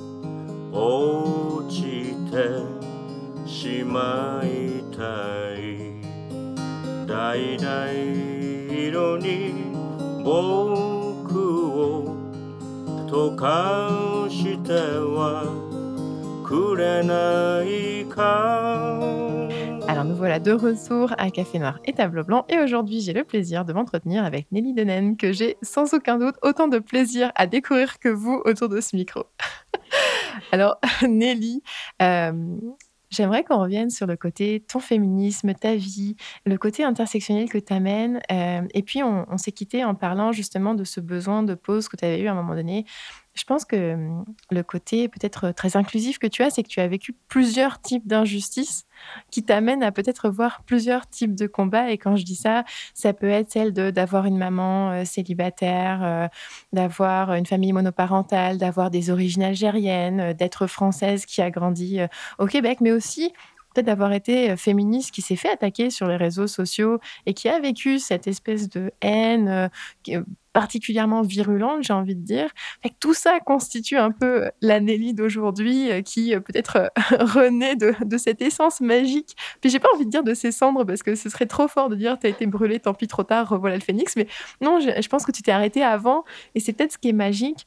落ちてしまいたい橙色に僕を溶かしてはくれないか。 Alors nous voilà de retour à Café Noir et Tableau Blanc et aujourd'hui j'ai le plaisir de m'entretenir avec Nelly Denaine que j'ai sans aucun doute autant de plaisir à découvrir que vous autour de ce micro. Alors Nelly, j'aimerais qu'on revienne sur le côté ton féminisme, ta vie, le côté intersectionnel que tu amènes et puis on s'est quitté en parlant justement de ce besoin de pause que tu avais eu à un moment donné. Je pense que le côté peut-être très inclusif que tu as, c'est que tu as vécu plusieurs types d'injustices qui t'amènent à peut-être voir plusieurs types de combats et quand je dis ça, ça peut être celle d'avoir une maman célibataire, d'avoir une famille monoparentale, d'avoir des origines algériennes, d'être française qui a grandi au Québec, mais aussi peut-être d'avoir été féministe qui s'est fait attaquer sur les réseaux sociaux et qui a vécu cette espèce de haine particulièrement virulente, j'ai envie de dire. Fait que tout ça constitue un peu la Nelly d'aujourd'hui qui peut-être renaît de cette essence magique. Puis j'ai pas envie de dire de ses cendres parce que ce serait trop fort de dire t'as été brûlée, tant pis, trop tard, revoilà le phénix. Mais non, je pense que tu t'es arrêtée avant et c'est peut-être ce qui est magique.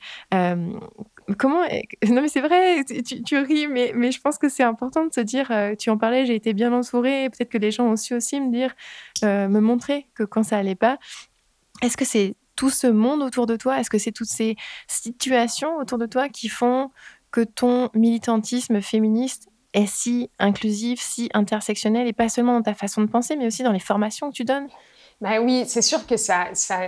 Non mais c'est vrai, tu ris, mais je pense que c'est important de se dire, tu en parlais, j'ai été bien entourée, peut-être que les gens ont su aussi me dire, me montrer que quand ça allait pas, est-ce que c'est tout ce monde autour de toi? Est-ce que c'est toutes ces situations autour de toi qui font que ton militantisme féministe est si inclusif, si intersectionnel et pas seulement dans ta façon de penser, mais aussi dans les formations que tu donnes? Oui, c'est sûr que ça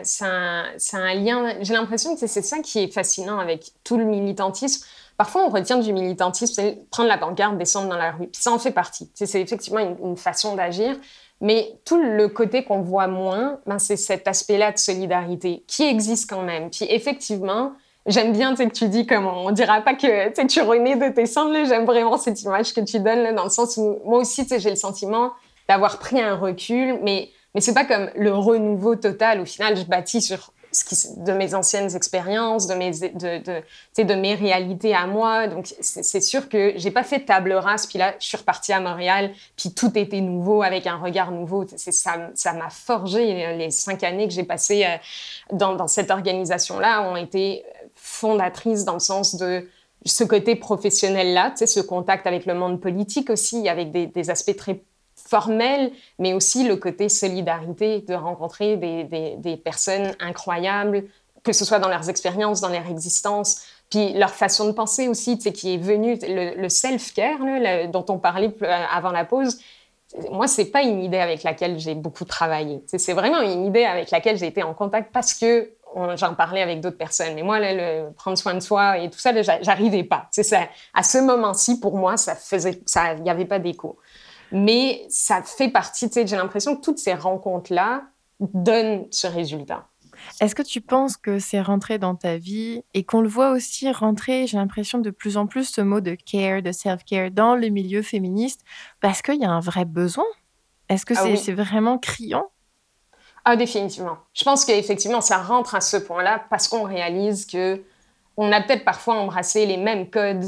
a un lien. J'ai l'impression que c'est ça qui est fascinant avec tout le militantisme. Parfois, on retient du militantisme, c'est prendre la pancarte, descendre dans la rue. Puis ça en fait partie. C'est effectivement une façon d'agir. Mais tout le côté qu'on voit moins, c'est cet aspect-là de solidarité qui existe quand même. Puis effectivement, j'aime bien que tu dis comme on dira pas que tu renais de tes cendres. J'aime vraiment cette image que tu donnes là, dans le sens où moi aussi, j'ai le sentiment d'avoir pris un recul, mais c'est pas comme le renouveau total. Au final, je bâtis sur de mes anciennes expériences, de mes réalités à moi. Donc, c'est sûr que j'ai pas fait table rase. Puis là, je suis repartie à Montréal. Puis tout était nouveau, avec un regard nouveau. Ça m'a forgé. Les 5 années que j'ai passées dans cette organisation-là ont été fondatrices dans le sens de ce côté professionnel-là, ce contact avec le monde politique aussi, avec des aspects très formel, mais aussi le côté solidarité, de rencontrer des personnes incroyables, que ce soit dans leurs expériences, dans leur existence, puis leur façon de penser aussi, qui est venue, le self-care dont on parlait avant la pause, moi, c'est pas une idée avec laquelle j'ai beaucoup travaillé. C'est vraiment une idée avec laquelle j'ai été en contact parce que j'en parlais avec d'autres personnes. Mais moi, le prendre soin de soi et tout ça, j'arrivais pas. Ça, à ce moment-ci, pour moi, il n'y avait pas d'écho. Mais ça fait partie, j'ai l'impression que toutes ces rencontres-là donnent ce résultat. Est-ce que tu penses que c'est rentré dans ta vie et qu'on le voit aussi rentrer, j'ai l'impression, de plus en plus ce mot de care, de self-care dans le milieu féministe parce qu'il y a un vrai besoin? Est-ce que c'est vraiment criant? Ah, définitivement. Je pense qu'effectivement, ça rentre à ce point-là parce qu'on réalise qu'on a peut-être parfois embrassé les mêmes codes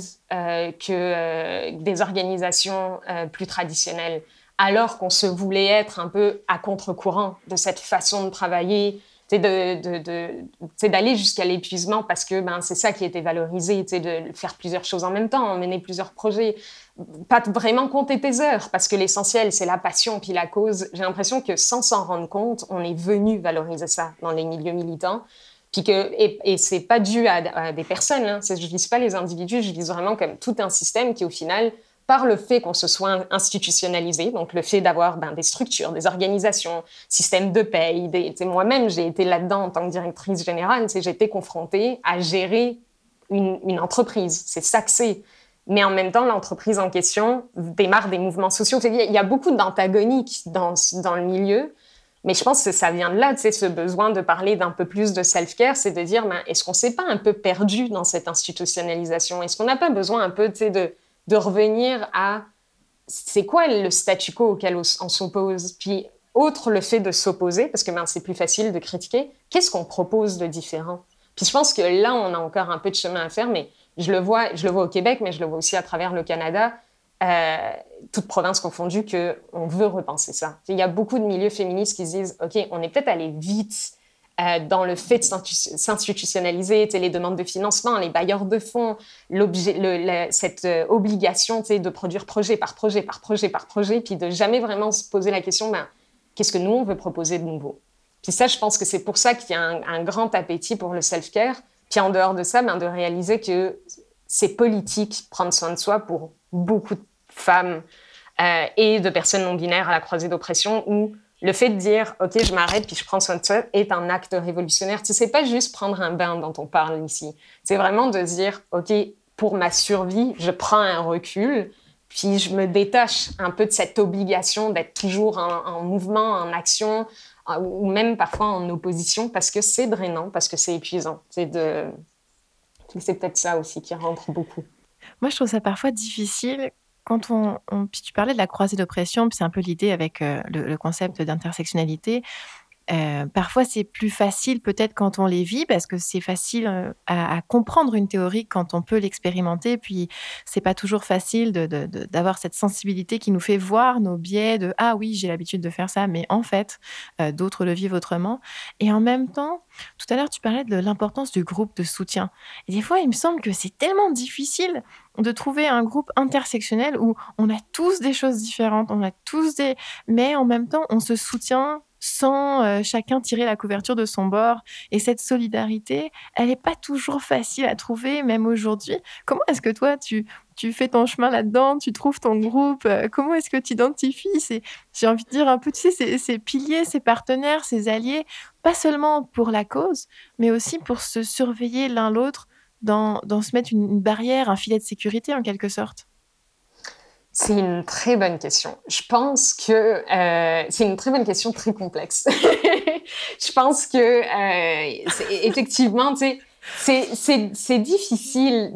que des organisations plus traditionnelles, alors qu'on se voulait être un peu à contre-courant de cette façon de travailler, d'aller jusqu'à l'épuisement parce que c'est ça qui était valorisé, de faire plusieurs choses en même temps, mener plusieurs projets, pas vraiment compter tes heures parce que l'essentiel c'est la passion puis la cause. J'ai l'impression que sans s'en rendre compte, on est venu valoriser ça dans les milieux militants. Puis et c'est pas dû à des personnes, hein. Je vise pas les individus, je vise vraiment comme tout un système qui au final, par le fait qu'on se soit institutionnalisé, donc le fait d'avoir des structures, des organisations, systèmes de paye, moi-même j'ai été là-dedans en tant que directrice générale, j'ai été confrontée à gérer une entreprise, c'est ça que c'est. Mais en même temps, l'entreprise en question démarre des mouvements sociaux. Il y a beaucoup d'antagoniques dans le milieu, mais je pense que ça vient de là, ce besoin de parler d'un peu plus de self-care, c'est de dire, est-ce qu'on s'est pas un peu perdu dans cette institutionnalisation? Est-ce qu'on n'a pas besoin un peu, de revenir à c'est quoi le statu quo auquel on s'oppose? Puis, outre le fait de s'opposer, parce que c'est plus facile de critiquer, qu'est-ce qu'on propose de différent? Puis je pense que là, on a encore un peu de chemin à faire, mais je le vois au Québec, mais je le vois aussi à travers le Canada, toutes provinces confondues, qu'on veut repenser ça. Il y a beaucoup de milieux féministes qui se disent « OK, on est peut-être allé vite dans le fait de s'institutionnaliser, les demandes de financement, les bailleurs de fonds, cette obligation de produire projet par projet, par projet, par projet, puis de jamais vraiment se poser la question qu'est-ce que nous, on veut proposer de nouveau ?» Puis ça, je pense que c'est pour ça qu'il y a un grand appétit pour le self-care. Puis en dehors de ça, de réaliser que c'est politique prendre soin de soi pour beaucoup de femmes et de personnes non-binaires à la croisée d'oppression où le fait de dire « OK, je m'arrête puis je prends soin de soi » est un acte révolutionnaire. C'est pas juste prendre un bain dont on parle ici. C'est vraiment de dire « OK, pour ma survie, je prends un recul puis je me détache un peu de cette obligation d'être toujours en mouvement, en action ou même parfois en opposition parce que c'est drainant, parce que c'est épuisant. C'est peut-être ça aussi qui rentre beaucoup. Moi, je trouve ça parfois difficile quand puis tu parlais de la croisée d'oppression, puis c'est un peu l'idée avec le concept d'intersectionnalité. Parfois, c'est plus facile peut-être quand on les vit parce que c'est facile à comprendre une théorie quand on peut l'expérimenter. Puis, c'est pas toujours facile d'avoir cette sensibilité qui nous fait voir nos biais de « Ah oui, j'ai l'habitude de faire ça, mais en fait, d'autres le vivent autrement. » Et en même temps, tout à l'heure, tu parlais de l'importance du groupe de soutien. Et des fois, il me semble que c'est tellement difficile de trouver un groupe intersectionnel où on a tous des choses différentes, mais en même temps, on se soutient sans chacun tirer la couverture de son bord. Et cette solidarité, elle n'est pas toujours facile à trouver, même aujourd'hui. Comment est-ce que toi, tu fais ton chemin là-dedans, tu trouves ton groupe? Comment est-ce que tu identifies j'ai envie de dire un peu, tu sais, ces piliers, ces partenaires, ces alliés, pas seulement pour la cause, mais aussi pour se surveiller l'un l'autre, dans se mettre une barrière, un filet de sécurité en quelque sorte? C'est une très bonne question. Je pense que c'est une très bonne question, très complexe. Je pense que effectivement, c'est difficile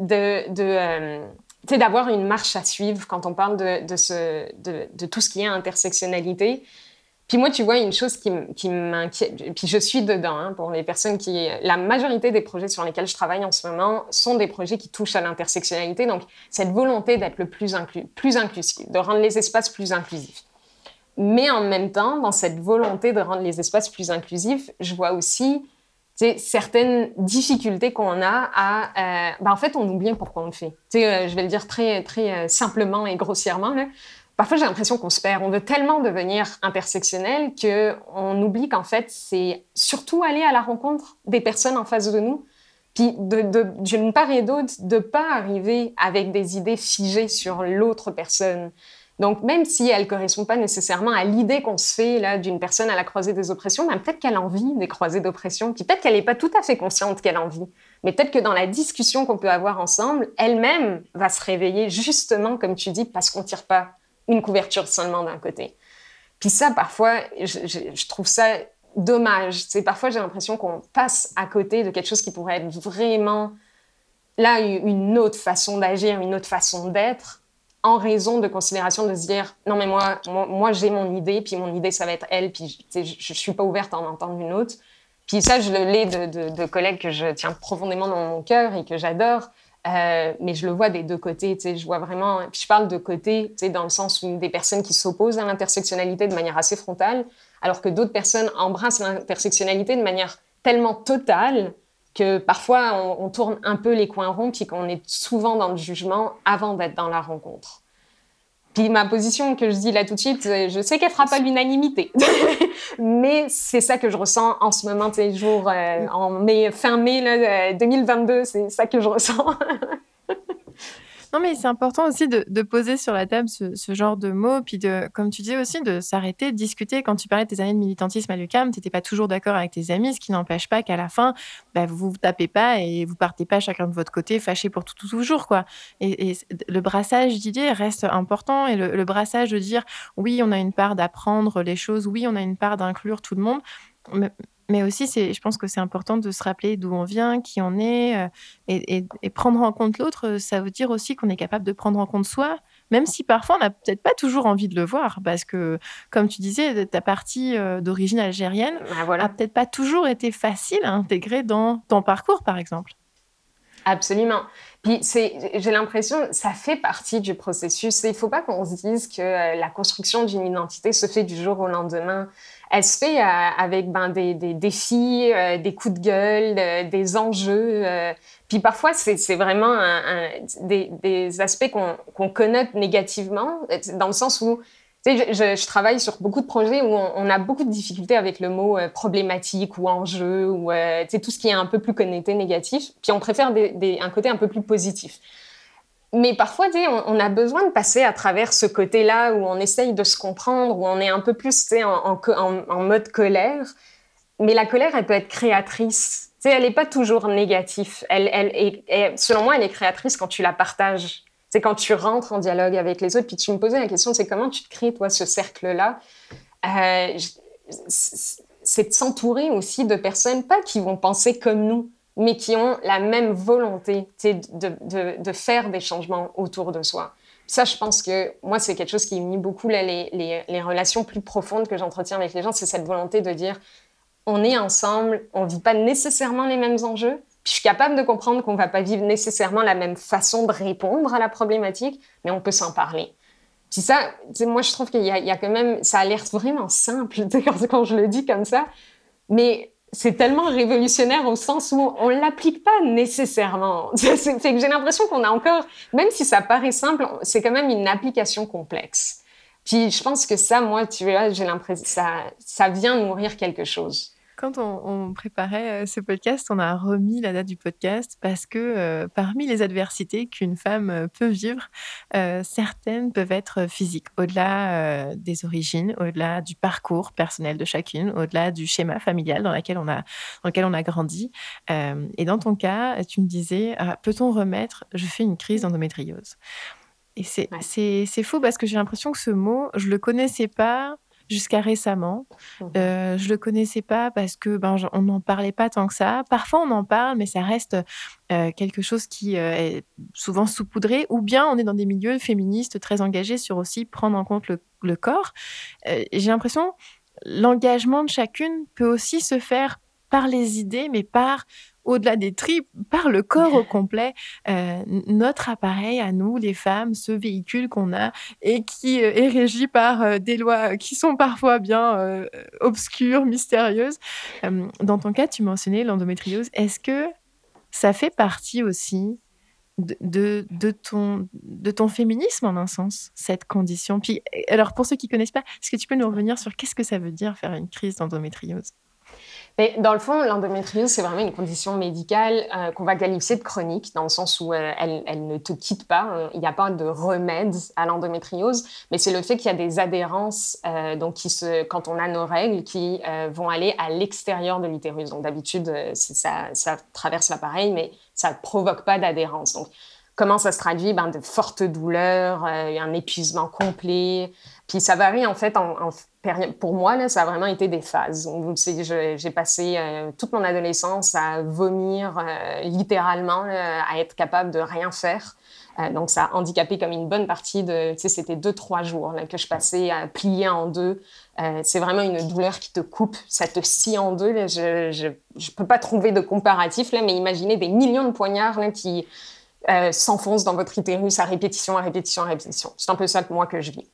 d'avoir une marche à suivre quand on parle de tout ce qui est intersectionnalité. Puis moi, tu vois, une chose qui m'inquiète, puis je suis dedans, pour les personnes la majorité des projets sur lesquels je travaille en ce moment sont des projets qui touchent à l'intersectionnalité, donc cette volonté d'être le plus inclusif, de rendre les espaces plus inclusifs. Mais en même temps, dans cette volonté de rendre les espaces plus inclusifs, je vois aussi certaines difficultés qu'on a en fait, on oublie pourquoi on le fait. Je vais le dire très, très simplement et grossièrement, là. Parfois, j'ai l'impression qu'on se perd. On veut tellement devenir intersectionnel qu'on oublie qu'en fait, c'est surtout aller à la rencontre des personnes en face de nous. Puis, d'une part et d'autre, de ne pas arriver avec des idées figées sur l'autre personne, Donc, même si elle ne correspond pas nécessairement à l'idée qu'on se fait là, d'une personne à la croisée des oppressions, ben, peut-être qu'elle a envie des croisées d'oppression, puis peut-être qu'elle n'est pas tout à fait consciente qu'elle a envie. Mais peut-être que dans la discussion qu'on peut avoir ensemble, elle-même va se réveiller justement, comme tu dis, parce qu'on ne tire pas une couverture seulement d'un côté. Puis ça, parfois, je trouve ça dommage. Parfois, j'ai l'impression qu'on passe à côté de quelque chose qui pourrait être vraiment, là, une autre façon d'agir, une autre façon d'être, en raison de considération de se dire « Non, mais moi j'ai mon idée, puis mon idée, ça va être elle, puis je ne suis pas ouverte à en entendre une autre. » Puis ça, je le l'ai de collègues que je tiens profondément dans mon cœur et que j'adore, mais je le vois des deux côtés. Je vois vraiment... Puis je parle de côté dans le sens où des personnes qui s'opposent à l'intersectionnalité de manière assez frontale, alors que d'autres personnes embrassent l'intersectionnalité de manière tellement totale que parfois on tourne un peu les coins ronds puis qu'on est souvent dans le jugement avant d'être dans la rencontre. Puis ma position que je dis là tout de suite, je sais qu'elle fera pas l'unanimité, mais c'est ça que je ressens en ce moment, fin mai là, 2022, c'est ça que je ressens. Non, mais c'est important aussi de poser sur la table ce genre de mots, puis comme tu dis aussi, de s'arrêter, de discuter. Quand tu parlais de tes années de militantisme à l'UQAM, tu n'étais pas toujours d'accord avec tes amis, ce qui n'empêche pas qu'à la fin, vous vous tapez pas et vous partez pas chacun de votre côté fâchés pour toujours, quoi. Et le brassage d'idées reste important, et le brassage de dire oui, on a une part d'apprendre les choses, oui, on a une part d'inclure tout le monde. Mais aussi, je pense que c'est important de se rappeler d'où on vient, qui on est, et prendre en compte l'autre, ça veut dire aussi qu'on est capable de prendre en compte soi, même si parfois on n'a peut-être pas toujours envie de le voir, parce que, comme tu disais, ta partie d'origine algérienne Voilà. a peut-être pas toujours été facile à intégrer dans ton parcours, par exemple. Absolument. Puis j'ai l'impression, ça fait partie du processus. Il ne faut pas qu'on se dise que la construction d'une identité se fait du jour au lendemain. Elle se fait avec des défis, des coups de gueule, des enjeux. Puis parfois, c'est vraiment des aspects qu'on connote négativement, dans le sens où je travaille sur beaucoup de projets où on a beaucoup de difficultés avec le mot problématique ou enjeu ou tout ce qui est un peu plus connoté négatif. Puis on préfère un côté un peu plus positif. Mais parfois, on a besoin de passer à travers ce côté-là où on essaye de se comprendre, où on est un peu plus en mode colère. Mais la colère, elle peut être créatrice. Elle n'est pas toujours négative. Selon moi, elle est créatrice quand tu la partages. C'est quand tu rentres en dialogue avec les autres. Puis tu me posais la question, c'est comment tu te crées, toi, ce cercle-là? C'est de s'entourer aussi de personnes, pas qui vont penser comme nous, mais qui ont la même volonté de faire des changements autour de soi. Ça, je pense que moi, c'est quelque chose qui unit beaucoup là, les relations plus profondes que j'entretiens avec les gens, c'est cette volonté de dire, on est ensemble, on ne vit pas nécessairement les mêmes enjeux, puis je suis capable de comprendre qu'on ne va pas vivre nécessairement la même façon de répondre à la problématique, mais on peut s'en parler. Puis ça, moi, je trouve qu'il y a quand même... Ça a l'air vraiment simple quand je le dis comme ça, mais c'est tellement révolutionnaire au sens où on ne l'applique pas nécessairement. C'est que j'ai l'impression qu'on a encore... Même si ça paraît simple, c'est quand même une application complexe. Puis je pense que ça, moi, tu vois, j'ai l'impression ça vient nourrir quelque chose. Quand on préparait ce podcast, on a remis la date du podcast parce que parmi les adversités qu'une femme peut vivre, certaines peuvent être physiques, au-delà des origines, au-delà du parcours personnel de chacune, au-delà du schéma familial dans lequel on a grandi. Et dans ton cas, tu me disais, peut-on remettre « je fais une crise d'endométriose ». Et c'est faux parce que j'ai l'impression que ce mot, je le connaissais pas jusqu'à récemment. Je le connaissais pas parce que on n'en parlait pas tant que ça. Parfois on en parle, mais ça reste quelque chose qui est souvent saupoudré. Ou bien on est dans des milieux féministes très engagés sur aussi prendre en compte le corps. J'ai l'impression l'engagement de chacune peut aussi se faire par les idées, mais au-delà des tripes, par le corps au complet, notre appareil à nous, les femmes, ce véhicule qu'on a et qui est régi par des lois qui sont parfois bien obscures, mystérieuses. Dans ton cas, tu mentionnais l'endométriose. Est-ce que ça fait partie aussi de ton féminisme, en un sens, cette condition? Puis, alors, pour ceux qui ne connaissent pas, est-ce que tu peux nous revenir sur qu'est-ce que ça veut dire faire une crise d'endométriose? Mais dans le fond, l'endométriose, c'est vraiment une condition médicale qu'on va qualifier de chronique, dans le sens où elle ne te quitte pas. Il n'y a pas de remède à l'endométriose, mais c'est le fait qu'il y a des adhérences donc quand on a nos règles qui vont aller à l'extérieur de l'utérus. Donc d'habitude, ça traverse l'appareil, mais ça ne provoque pas d'adhérence. Donc, comment ça se traduit? De fortes douleurs, un épuisement complet. Puis ça varie en fait en période. Pour moi, là, ça a vraiment été des phases. Donc, j'ai passé toute mon adolescence à vomir littéralement, à être capable de rien faire. Donc ça a handicapé comme une bonne partie de... Tu sais, c'était 2-3 jours là, que je passais à plier en deux. C'est vraiment une douleur qui te coupe, ça te scie en deux. Là. Je peux pas trouver de comparatif, là, mais imaginez des millions de poignards là, qui... s'enfonce dans votre utérus à répétition, à répétition, à répétition. C'est un peu ça que moi que je vis.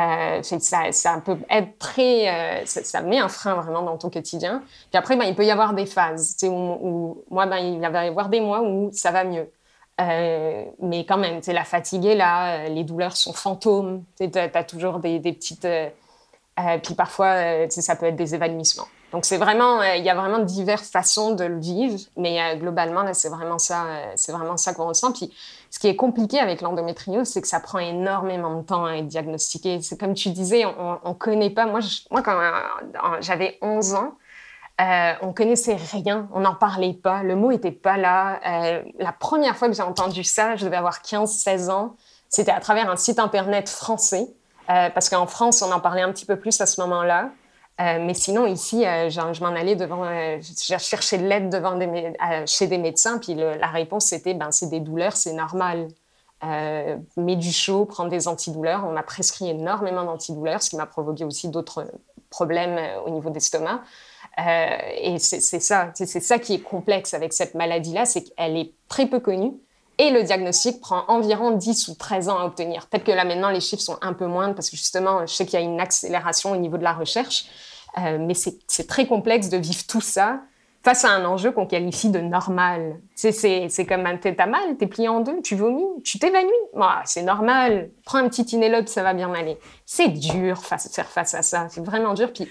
Ça peut être très... ça met un frein vraiment dans ton quotidien. Puis après, il peut y avoir des phases où moi, il va y avoir des mois où ça va mieux. Mais quand même, la fatigue est là, les douleurs sont fantômes, t'as toujours des petites... puis parfois, ça peut être des évanouissements. Donc, c'est vraiment, il y a vraiment diverses façons de le vivre, mais globalement, là, c'est vraiment ça qu'on ressent. Puis, ce qui est compliqué avec l'endométriose, c'est que ça prend énormément de temps à être diagnostiqué. C'est comme tu disais, on connaît pas. Moi, quand j'avais 11 ans, on connaissait rien, on n'en parlait pas, le mot était pas là. La première fois que j'ai entendu ça, je devais avoir 15-16 ans, c'était à travers un site internet français, parce qu'en France, on en parlait un petit peu plus à ce moment-là. Mais sinon, ici, je m'en allais je cherchais de l'aide chez des médecins, puis la réponse c'était, c'est des douleurs, c'est normal. Mets du chaud, prends des antidouleurs. On m'a prescrit énormément d'antidouleurs, ce qui m'a provoqué aussi d'autres problèmes au niveau d'estomac. Et c'est ça qui est complexe avec cette maladie-là, c'est qu'elle est très peu connue. Et le diagnostic prend environ 10 ou 13 ans à obtenir. Peut-être que là, maintenant, les chiffres sont un peu moindres parce que justement, je sais qu'il y a une accélération au niveau de la recherche. Mais c'est très complexe de vivre tout ça face à un enjeu qu'on qualifie de normal. C'est comme t'as mal, t'es plié en deux, tu vomis, tu t'évanouis. C'est normal. Prends un petit Inélope, ça va bien aller. C'est dur faire face à ça. C'est vraiment dur. Puis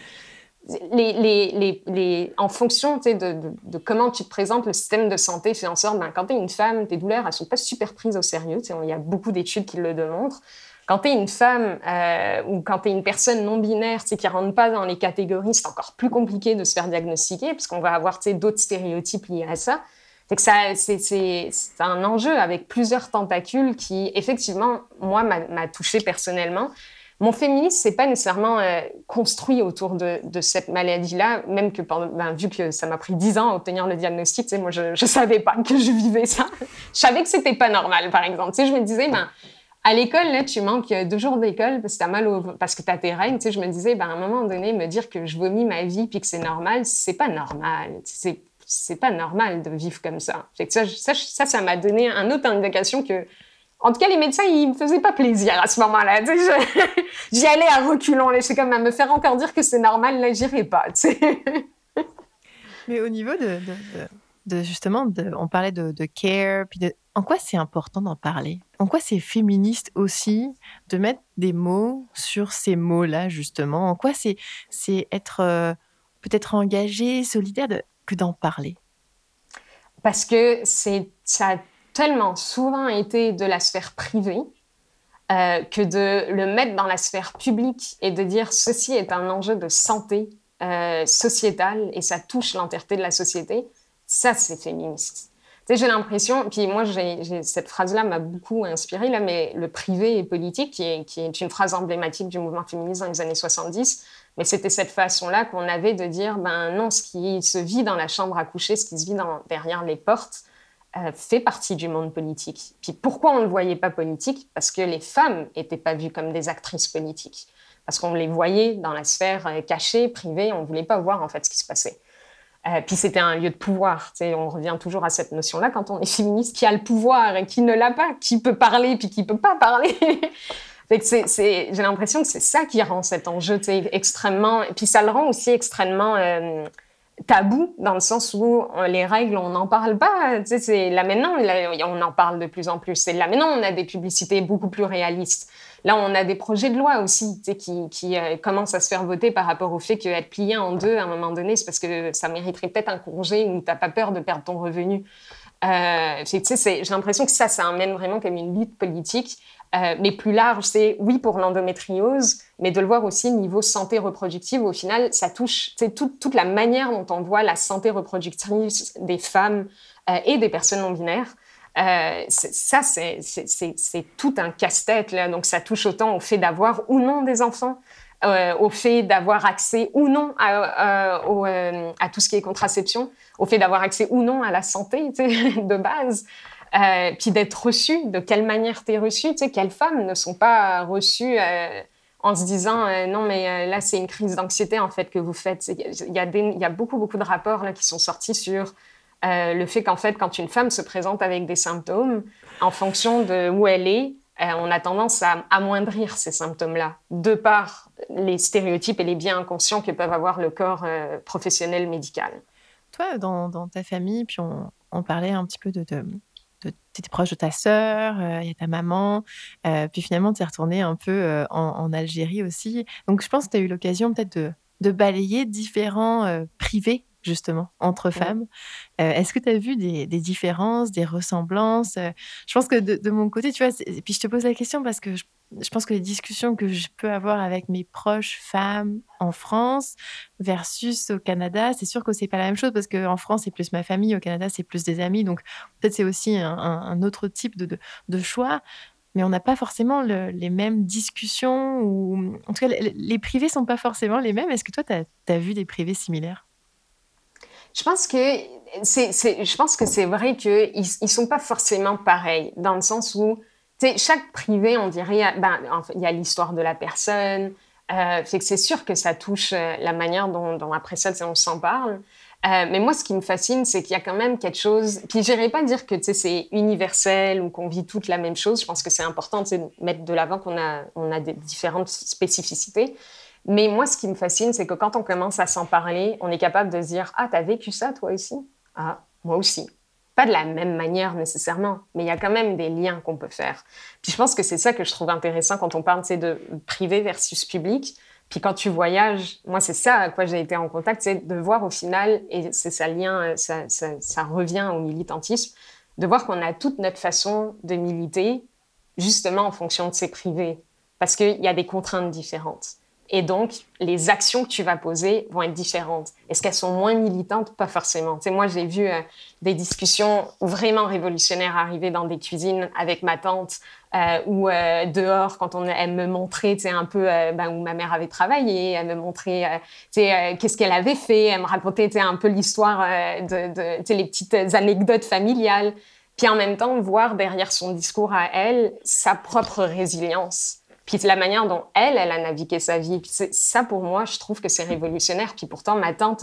en fonction de comment tu te présentes, le système de santé fait en sorte, quand tu es une femme, tes douleurs, elles sont pas super prises au sérieux. Il y a beaucoup d'études qui le démontrent. Quand tu es une femme ou quand tu es une personne non-binaire qui ne rentre pas dans les catégories, c'est encore plus compliqué de se faire diagnostiquer parce qu'on va avoir d'autres stéréotypes liés à ça. C'est un enjeu avec plusieurs tentacules qui, effectivement, moi, m'a touchée personnellement. Mon féminisme, c'est pas nécessairement construit autour de cette maladie-là, même que vu que ça m'a pris 10 ans à obtenir le diagnostic, moi, je savais pas que je vivais ça. Je savais que c'était pas normal, par exemple. Je me disais, à l'école, là, tu manques 2 jours d'école parce que t'as parce que t'as tes règles. Je me disais, à un moment donné, me dire que je vomis ma vie puis que c'est normal, c'est pas normal. C'est pas normal de vivre comme ça. Ça m'a donné une autre indication que, en tout cas, les médecins, ils me faisaient pas plaisir à ce moment-là. J'y allais à reculons. C'est comme à me faire encore dire que c'est normal, là, j'irai pas. Mais au niveau justement, on parlait de care, puis en quoi c'est important d'en parler? En quoi c'est féministe aussi de mettre des mots sur ces mots-là, justement? En quoi c'est être peut-être engagé, solidaire, que d'en parler? Parce que ça a tellement souvent été de la sphère privée que de le mettre dans la sphère publique et de dire ceci est un enjeu de santé sociétale et ça touche l'entièreté de la société, ça c'est féministe. J'ai l'impression, puis moi cette phrase-là m'a beaucoup inspirée, là, mais le privé est politique, qui est une phrase emblématique du mouvement féministe dans les années 70, mais c'était cette façon-là qu'on avait de dire, non, ce qui se vit dans la chambre à coucher, ce qui se vit derrière les portes, fait partie du monde politique. Puis pourquoi on ne le voyait pas politique? Parce que les femmes n'étaient pas vues comme des actrices politiques. Parce qu'on les voyait dans la sphère cachée, privée, on ne voulait pas voir en fait ce qui se passait. Puis c'était un lieu de pouvoir. On revient toujours à cette notion-là quand on est féministe, qui a le pouvoir et qui ne l'a pas, qui peut parler puis qui ne peut pas parler. J'ai l'impression que c'est ça qui rend cet enjeu extrêmement... Et puis ça le rend aussi extrêmement tabou dans le sens où les règles, on n'en parle pas. Tu sais, on en parle de plus en plus. C'est là maintenant, on a des publicités beaucoup plus réalistes. Là, on a des projets de loi aussi, tu sais, qui commencent à se faire voter par rapport au fait qu'être plié en deux à un moment donné, c'est parce que ça mériterait peut-être un congé ou t'as pas peur de perdre ton revenu. Tu sais, j'ai l'impression que ça amène vraiment comme une lutte politique. Mais plus large, c'est oui pour l'endométriose, mais de le voir aussi niveau santé reproductive. Au final, ça touche toute la manière dont on voit la santé reproductive des femmes et des personnes non binaires. C'est tout un casse-tête, là. Donc, ça touche autant au fait d'avoir ou non des enfants, au fait d'avoir accès ou non à tout ce qui est contraception, au fait d'avoir accès ou non à la santé, tu sais, de base. Puis d'être reçu, de quelle manière t'es reçu, tu sais, quelles femmes ne sont pas reçues en se disant non mais là c'est une crise d'anxiété en fait que vous faites. Il y a beaucoup de rapports là qui sont sortis sur le fait qu'en fait quand une femme se présente avec des symptômes, en fonction de où elle est, on a tendance à amoindrir ces symptômes-là, de par les stéréotypes et les biais inconscients que peuvent avoir le corps professionnel médical. Toi, dans ta famille, puis on parlait un petit peu t'étais proche de ta sœur, il y a ta maman, puis finalement tu es retournée un peu en Algérie aussi. Donc je pense que tu as eu l'occasion peut-être de balayer différents privés justement entre femmes. Est-ce que tu as vu des différences, des ressemblances? Je pense que de mon côté, tu vois, et puis je te pose la question parce que je pense que les discussions que je peux avoir avec mes proches femmes en France versus au Canada, c'est sûr que c'est pas la même chose parce qu'en France, c'est plus ma famille, au Canada, c'est plus des amis. Donc peut-être c'est aussi un autre type de choix. Mais on n'a pas forcément les mêmes discussions ou en tout cas, les privés sont pas forcément les mêmes. Est-ce que toi, tu as vu des privés similaires? Je pense que c'est vrai qu'ils sont pas forcément pareils, dans le sens où, tu sais, chaque privé, on dirait, il y a l'histoire de la personne, fait que c'est sûr que ça touche la manière dont après ça, tu sais, on s'en parle. Mais moi, ce qui me fascine, c'est qu'il y a quand même quelque chose. Puis, j'irais pas dire que, tu sais, c'est universel ou qu'on vit toutes la même chose. Je pense que c'est important, tu sais, de mettre de l'avant on a des différentes spécificités. Mais moi, ce qui me fascine, c'est que quand on commence à s'en parler, on est capable de se dire « Ah, t'as vécu ça, toi aussi? Ah, moi aussi. » Pas de la même manière nécessairement, mais il y a quand même des liens qu'on peut faire. Puis je pense que c'est ça que je trouve intéressant quand on parle, tu sais, de privé versus public. Puis quand tu voyages, moi, c'est ça à quoi j'ai été en contact, c'est de voir au final, et c'est ça lien, ça revient au militantisme, de voir qu'on a toute notre façon de militer, justement en fonction de ces privés. Parce qu'il y a des contraintes différentes. Et donc, les actions que tu vas poser vont être différentes. Est-ce qu'elles sont moins militantes? Pas forcément. Tu sais, moi, j'ai vu des discussions vraiment révolutionnaires arriver dans des cuisines avec ma tante ou dehors, quand elle me montrait, tu sais, un peu où ma mère avait travaillé. Elle me montrait, tu sais, qu'est-ce qu'elle avait fait. Elle me racontait, tu sais, un peu l'histoire tu sais, les petites anecdotes familiales. Puis en même temps, voir derrière son discours à elle, sa propre résilience. Puis la manière dont elle a navigué sa vie. Puis ça, pour moi, je trouve que c'est révolutionnaire. Puis pourtant, ma tante,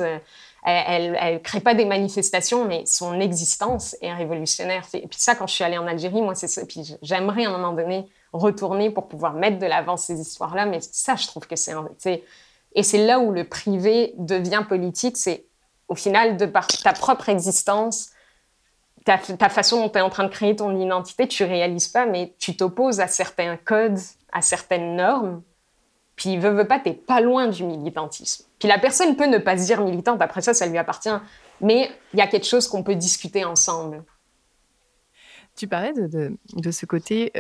elle crée pas des manifestations, mais son existence est révolutionnaire. Et puis ça, quand je suis allée en Algérie, moi, c'est ça. Puis j'aimerais à un moment donné retourner pour pouvoir mettre de l'avant ces histoires-là. Mais ça, je trouve que c'est... Et c'est là où le privé devient politique. C'est au final, de par ta propre existence, ta façon dont tu es en train de créer ton identité, tu réalises pas, mais tu t'opposes à certains codes, à certaines normes, puis veux pas, t'es pas loin du militantisme. Puis la personne peut ne pas se dire militante, après ça lui appartient, mais il y a quelque chose qu'on peut discuter ensemble. Tu parlais de ce côté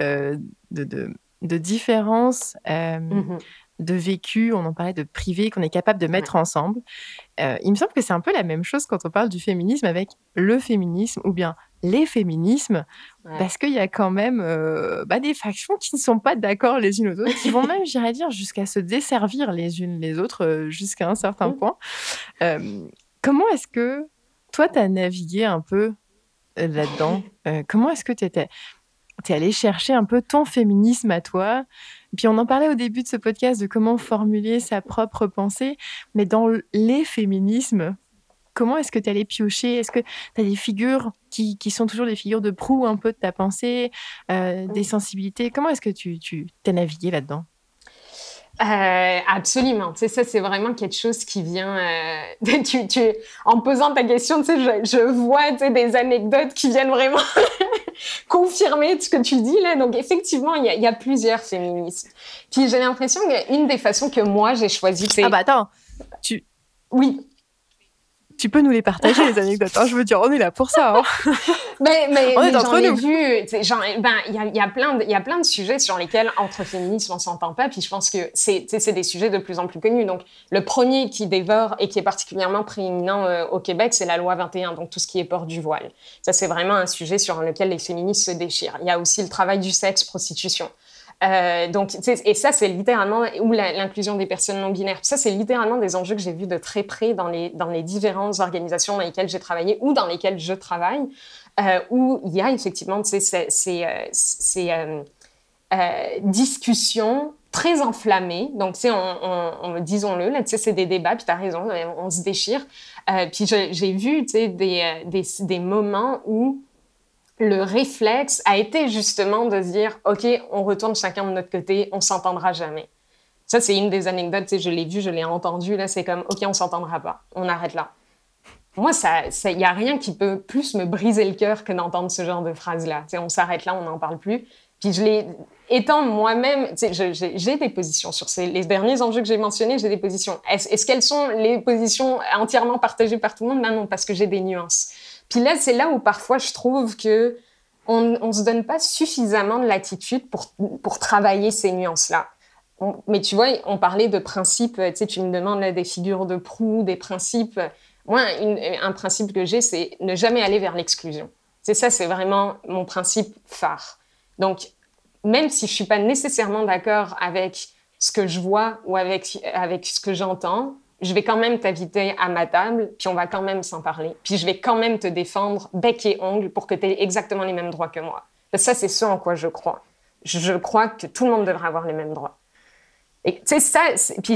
de différence de vécu, on en parlait de privé, qu'on est capable de mettre ensemble. Il me semble que c'est un peu la même chose quand on parle du féminisme avec le féminisme ou bien les féminismes, parce qu'il y a quand même des factions qui ne sont pas d'accord les unes aux autres, qui vont même, j'irais dire, jusqu'à se desservir les unes les autres jusqu'à un certain point. Comment est-ce que toi, tu as navigué un peu là-dedans? Comment est-ce que tu es allé chercher un peu ton féminisme à toi? Puis on en parlait au début de ce podcast de comment formuler sa propre pensée, mais dans les féminismes, comment est-ce que tu allais piocher? Est-ce que tu as des figures qui sont toujours des figures de proue un peu de ta pensée, des sensibilités? Comment est-ce que tu t'es navigué là-dedans? Absolument. Tu sais, ça, c'est vraiment quelque chose qui vient... en posant ta question, tu sais, je vois, tu sais, des anecdotes qui viennent vraiment confirmer ce que tu dis, là. Donc, effectivement, il y a plusieurs féminismes. Puis, j'ai l'impression qu'une des façons que moi, j'ai choisi, c'est... Ah bah attends, Oui. Tu peux nous les partager, les anecdotes. Je veux dire, on est là pour ça. Mais on est j'en entre ai nous. vu, il y a plein de sujets sur lesquels entre féminismes on s'entend pas. Puis je pense que c'est des sujets de plus en plus connus. Donc le premier qui dévore et qui est particulièrement prééminent au Québec, c'est la loi 21. Donc tout ce qui est port du voile. Ça c'est vraiment un sujet sur lequel les féministes se déchirent. Il y a aussi le travail du sexe, prostitution. Donc, et ça, c'est littéralement, ou l'inclusion des personnes non binaires. Ça, c'est littéralement des enjeux que j'ai vus de très près dans les différentes organisations dans lesquelles j'ai travaillé ou dans lesquelles je travaille, où il y a effectivement ces discussions très enflammées. Donc, disons-le, là, c'est des débats, puis tu as raison, on se déchire. Puis j'ai vu des moments où le réflexe a été justement de se dire « OK, on retourne chacun de notre côté, on s'entendra jamais ». Ça, c'est une des anecdotes, je l'ai vu, je l'ai entendu, là, c'est comme « OK, on s'entendra pas, on arrête là ». Moi, il y a rien qui peut plus me briser le cœur que d'entendre ce genre de phrase-là. On s'arrête là, on n'en parle plus. Puis étant moi-même, j'ai des positions sur les derniers enjeux que j'ai mentionnés, j'ai des positions. Est-ce qu'elles sont les positions entièrement partagées par tout le monde? Ben non, parce que j'ai des nuances. Puis là, c'est là où parfois je trouve que on se donne pas suffisamment de latitude pour travailler ces nuances-là. Mais tu vois, on parlait de principes, tu me demandes là, des figures de proue, des principes. Moi, un principe que j'ai, c'est ne jamais aller vers l'exclusion. Ça, c'est vraiment mon principe phare. Donc, même si je suis pas nécessairement d'accord avec ce que je vois ou avec ce que j'entends, je vais quand même t'inviter à ma table, puis on va quand même s'en parler. Puis je vais quand même te défendre bec et ongle pour que tu aies exactement les mêmes droits que moi. Ça, c'est ce en quoi je crois. Je crois que tout le monde devrait avoir les mêmes droits. Et tu sais, ça, puis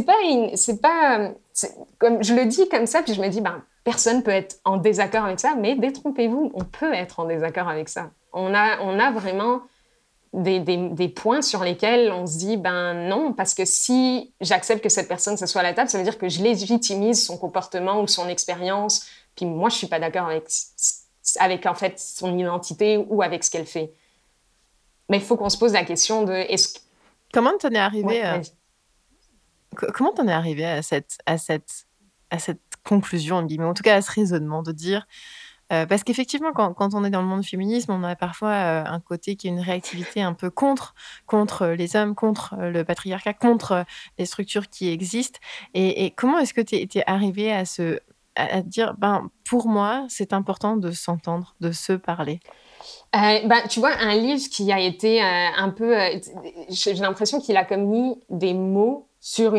comme je le dis comme ça, puis je me dis, personne peut être en désaccord avec ça, mais détrompez-vous, on peut être en désaccord avec ça. On a vraiment des points sur lesquels on se dit non, parce que si j'accepte que cette personne se soit à la table, ça veut dire que je légitimise son comportement ou son expérience, puis moi je suis pas d'accord avec en fait son identité ou avec ce qu'elle fait. Mais il faut qu'on se pose la question de comment t'en es arrivé Comment t'en es arrivé à cette conclusion, en tout cas à ce raisonnement de dire parce qu'effectivement, quand on est dans le monde féminisme, on a parfois un côté qui est une réactivité un peu contre les hommes, contre le patriarcat, contre les structures qui existent. Et comment est-ce que tu es arrivé à dire, pour moi, c'est important de s'entendre, de se parler? Tu vois, un livre qui a été un peu... j'ai l'impression qu'il a comme mis des mots sur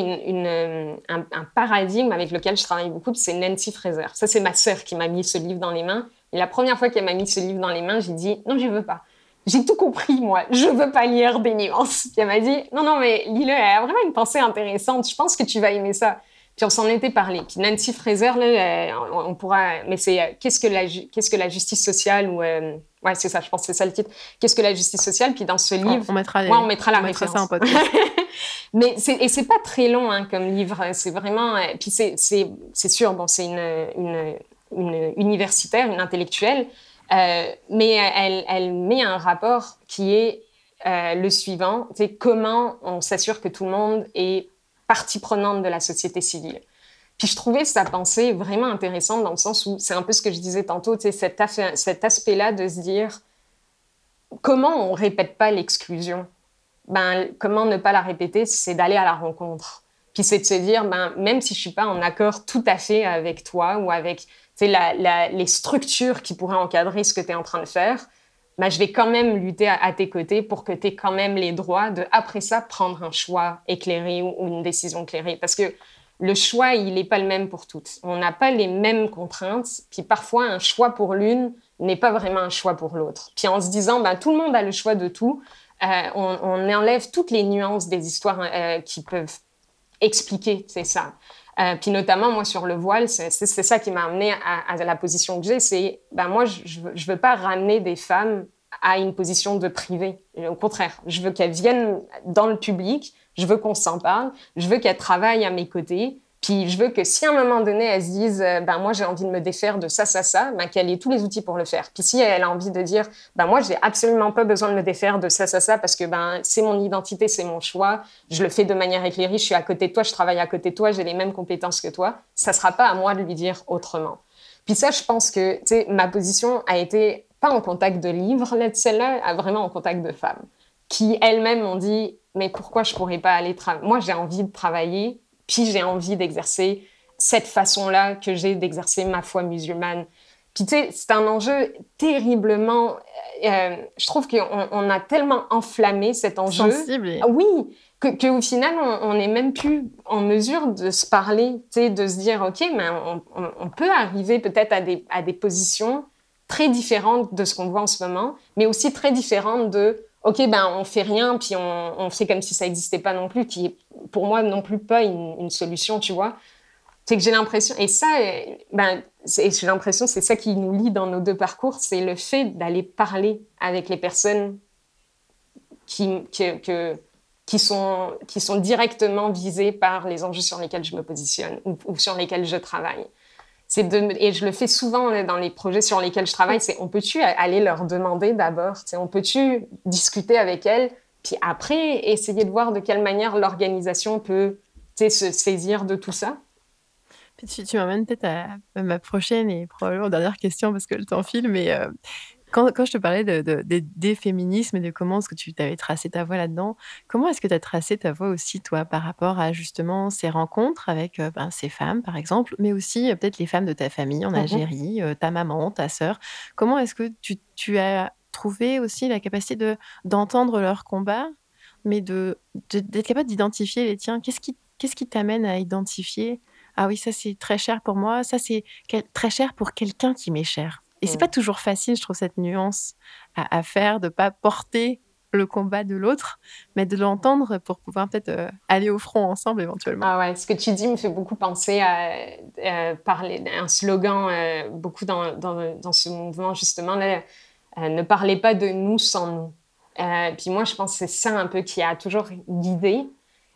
un paradigme avec lequel je travaille beaucoup, c'est Nancy Fraser. Ça, c'est ma sœur qui m'a mis ce livre dans les mains. Et la première fois qu'elle m'a mis ce livre dans les mains, j'ai dit « Non, je veux pas. J'ai tout compris, moi. Je veux pas lire des nuances. » Puis elle m'a dit « Non, mais lis-le. Elle a vraiment une pensée intéressante. Je pense que tu vas aimer ça. » Puis on s'en était parlé. Puis Nancy Fraser, là, on pourra... Mais c'est qu'est-ce que la justice sociale ou... Ouais, c'est ça, je pense que c'est ça le titre. Qu'est-ce que la justice sociale? Puis dans ce livre... On mettra la référence. Ça en podcast. Mais c'est pas très long comme livre. C'est vraiment... Puis c'est sûr, bon, c'est une universitaire, une intellectuelle, mais elle met un rapport qui est le suivant. C'est comment on s'assure que tout le monde est partie prenante de la société civile. Puis je trouvais sa pensée vraiment intéressante dans le sens où c'est un peu ce que je disais tantôt, cet aspect-là de se dire comment on répète pas l'exclusion. Comment ne pas la répéter, c'est d'aller à la rencontre. Puis c'est de se dire, même si je suis pas en accord tout à fait avec toi ou avec les structures qui pourraient encadrer ce que tu es en train de faire, je vais quand même lutter à tes côtés pour que tu aies quand même les droits de, après ça, prendre un choix éclairé ou une décision éclairée. Parce que le choix, il n'est pas le même pour toutes. On n'a pas les mêmes contraintes. Puis parfois, un choix pour l'une n'est pas vraiment un choix pour l'autre. Puis en se disant, tout le monde a le choix de tout, on enlève toutes les nuances des histoires qui peuvent expliquer, c'est ça. Puis notamment, moi, sur le voile, c'est ça qui m'a amenée à la position que j'ai. C'est, moi, je veux pas ramener des femmes à une position de privé. Au contraire, je veux qu'elles viennent dans le public je veux qu'on s'en parle, je veux qu'elle travaille à mes côtés. Puis je veux que si à un moment donné, elle se dise « moi, j'ai envie de me défaire de ça, qu'elle ait tous les outils pour le faire. » Puis si elle a envie de dire « moi, j'ai absolument pas besoin de me défaire de ça, parce que c'est mon identité, c'est mon choix, je le fais de manière éclairée, je suis à côté de toi, je travaille à côté de toi, j'ai les mêmes compétences que toi. » Ça sera pas à moi de lui dire autrement. Puis ça, je pense que ma position a été pas en contact de livres, celle-là, vraiment en contact de femmes qui elles-mêmes m'ont dit « mais pourquoi je pourrais pas aller travailler? Moi, j'ai envie de travailler. » Puis j'ai envie d'exercer cette façon-là que j'ai d'exercer ma foi musulmane. Puis tu sais, c'est un enjeu terriblement... je trouve qu'on a tellement enflammé cet enjeu. Sensible. Oui, qu'au final, on n'est même plus en mesure de se parler, tu sais, de se dire, OK, mais on peut arriver peut-être à des positions très différentes de ce qu'on voit en ce moment, mais aussi très différentes de... OK, on fait rien, puis on fait comme si ça n'existait pas non plus, qui est pour moi non plus pas une solution, tu vois. C'est que j'ai l'impression, et ça, j'ai l'impression, c'est ça qui nous lie dans nos deux parcours, c'est le fait d'aller parler avec les personnes qui sont directement visées par les enjeux sur lesquels je me positionne ou sur lesquels je travaille. Et je le fais souvent dans les projets sur lesquels je travaille, c'est on peut-tu aller leur demander d'abord, on peut-tu discuter avec elles, puis après essayer de voir de quelle manière l'organisation peut se saisir de tout ça. Puis tu m'emmènes peut-être à ma prochaine et probablement dernière question parce que le temps file, mais quand je te parlais des féminismes et de comment est-ce que tu t'avais tracé ta voie là-dedans, comment est-ce que tu as tracé ta voie aussi, toi, par rapport à justement ces rencontres avec ces femmes, par exemple, mais aussi peut-être les femmes de ta famille en Algérie, ta maman, ta sœur. Comment est-ce que tu as trouvé aussi la capacité d'entendre leurs combats, mais d'être capable d'identifier les tiens? Qu'est-ce qui t'amène à identifier ah oui, ça c'est très cher pour moi, ça c'est très cher pour quelqu'un qui m'est cher. Et c'est pas toujours facile, je trouve, cette nuance à faire, de pas porter le combat de l'autre, mais de l'entendre pour pouvoir peut-être aller au front ensemble éventuellement. Ah ouais, ce que tu dis me fait beaucoup penser à parler un slogan beaucoup dans ce mouvement justement là, ne parlez pas de nous sans nous. Puis moi, je pense que c'est ça un peu qui a toujours guidé.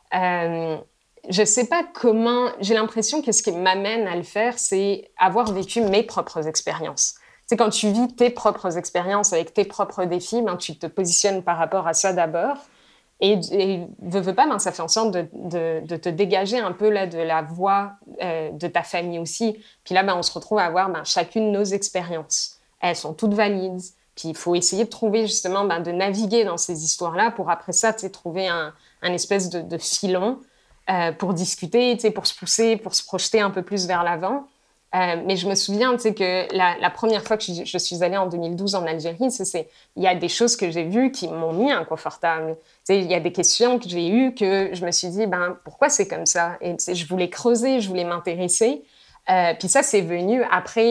Je sais pas comment... J'ai l'impression que ce qui m'amène à le faire, c'est avoir vécu mes propres expériences. C'est quand tu vis tes propres expériences avec tes propres défis, tu te positionnes par rapport à ça d'abord. Et veux pas, ça fait en sorte de te dégager un peu là, de la voix de ta famille aussi. Puis là, on se retrouve à avoir chacune nos expériences. Elles sont toutes valides. Puis il faut essayer de trouver justement, de naviguer dans ces histoires-là pour après ça, trouver un espèce de filon pour discuter, pour se pousser, pour se projeter un peu plus vers l'avant. Mais je me souviens que la première fois que je suis allée en 2012 en Algérie, il y a des choses que j'ai vues qui m'ont mis inconfortable. Il y a des questions que j'ai eues que je me suis dit, pourquoi c'est comme ça? Et je voulais creuser, je voulais m'intéresser. Puis ça, c'est venu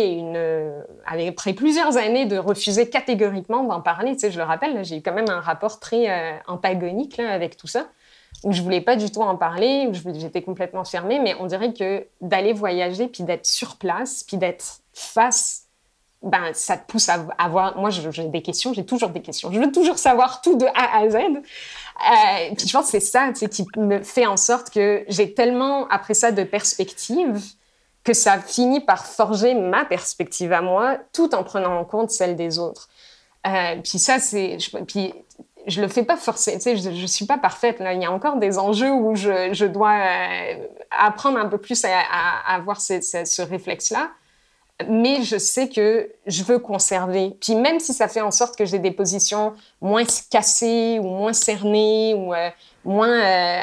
après plusieurs années de refuser catégoriquement d'en parler. Je le rappelle, là, j'ai eu quand même un rapport très antagonique là, avec tout ça, où je voulais pas du tout en parler, où j'étais complètement fermée, mais on dirait que d'aller voyager, puis d'être sur place, puis d'être face, ça te pousse à avoir... Moi, j'ai des questions, j'ai toujours des questions. Je veux toujours savoir tout de A à Z. Puis je pense que c'est ça qui me fait en sorte que j'ai tellement, après ça, de perspectives, que ça finit par forger ma perspective à moi, tout en prenant en compte celle des autres. Puis ça, Puis je le fais pas forcément, je suis pas parfaite, là. Il y a encore des enjeux où je dois apprendre un peu plus à avoir ce réflexe-là. Mais je sais que je veux conserver. Puis même si ça fait en sorte que j'ai des positions moins cassées ou moins cernées ou moins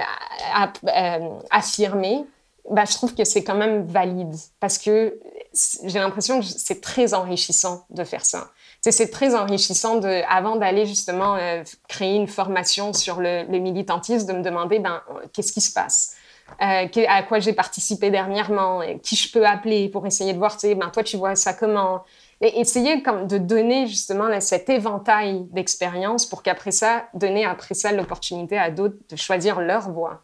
affirmées, je trouve que c'est quand même valide parce que j'ai l'impression que c'est très enrichissant de faire ça. C'est très enrichissant avant d'aller justement créer une formation sur le militantisme, de me demander qu'est-ce qui se passe, à quoi j'ai participé dernièrement, qui je peux appeler pour essayer de voir, toi tu vois ça comment, et essayer de donner justement cet éventail d'expériences pour qu'après ça, donner après ça l'opportunité à d'autres de choisir leur voie.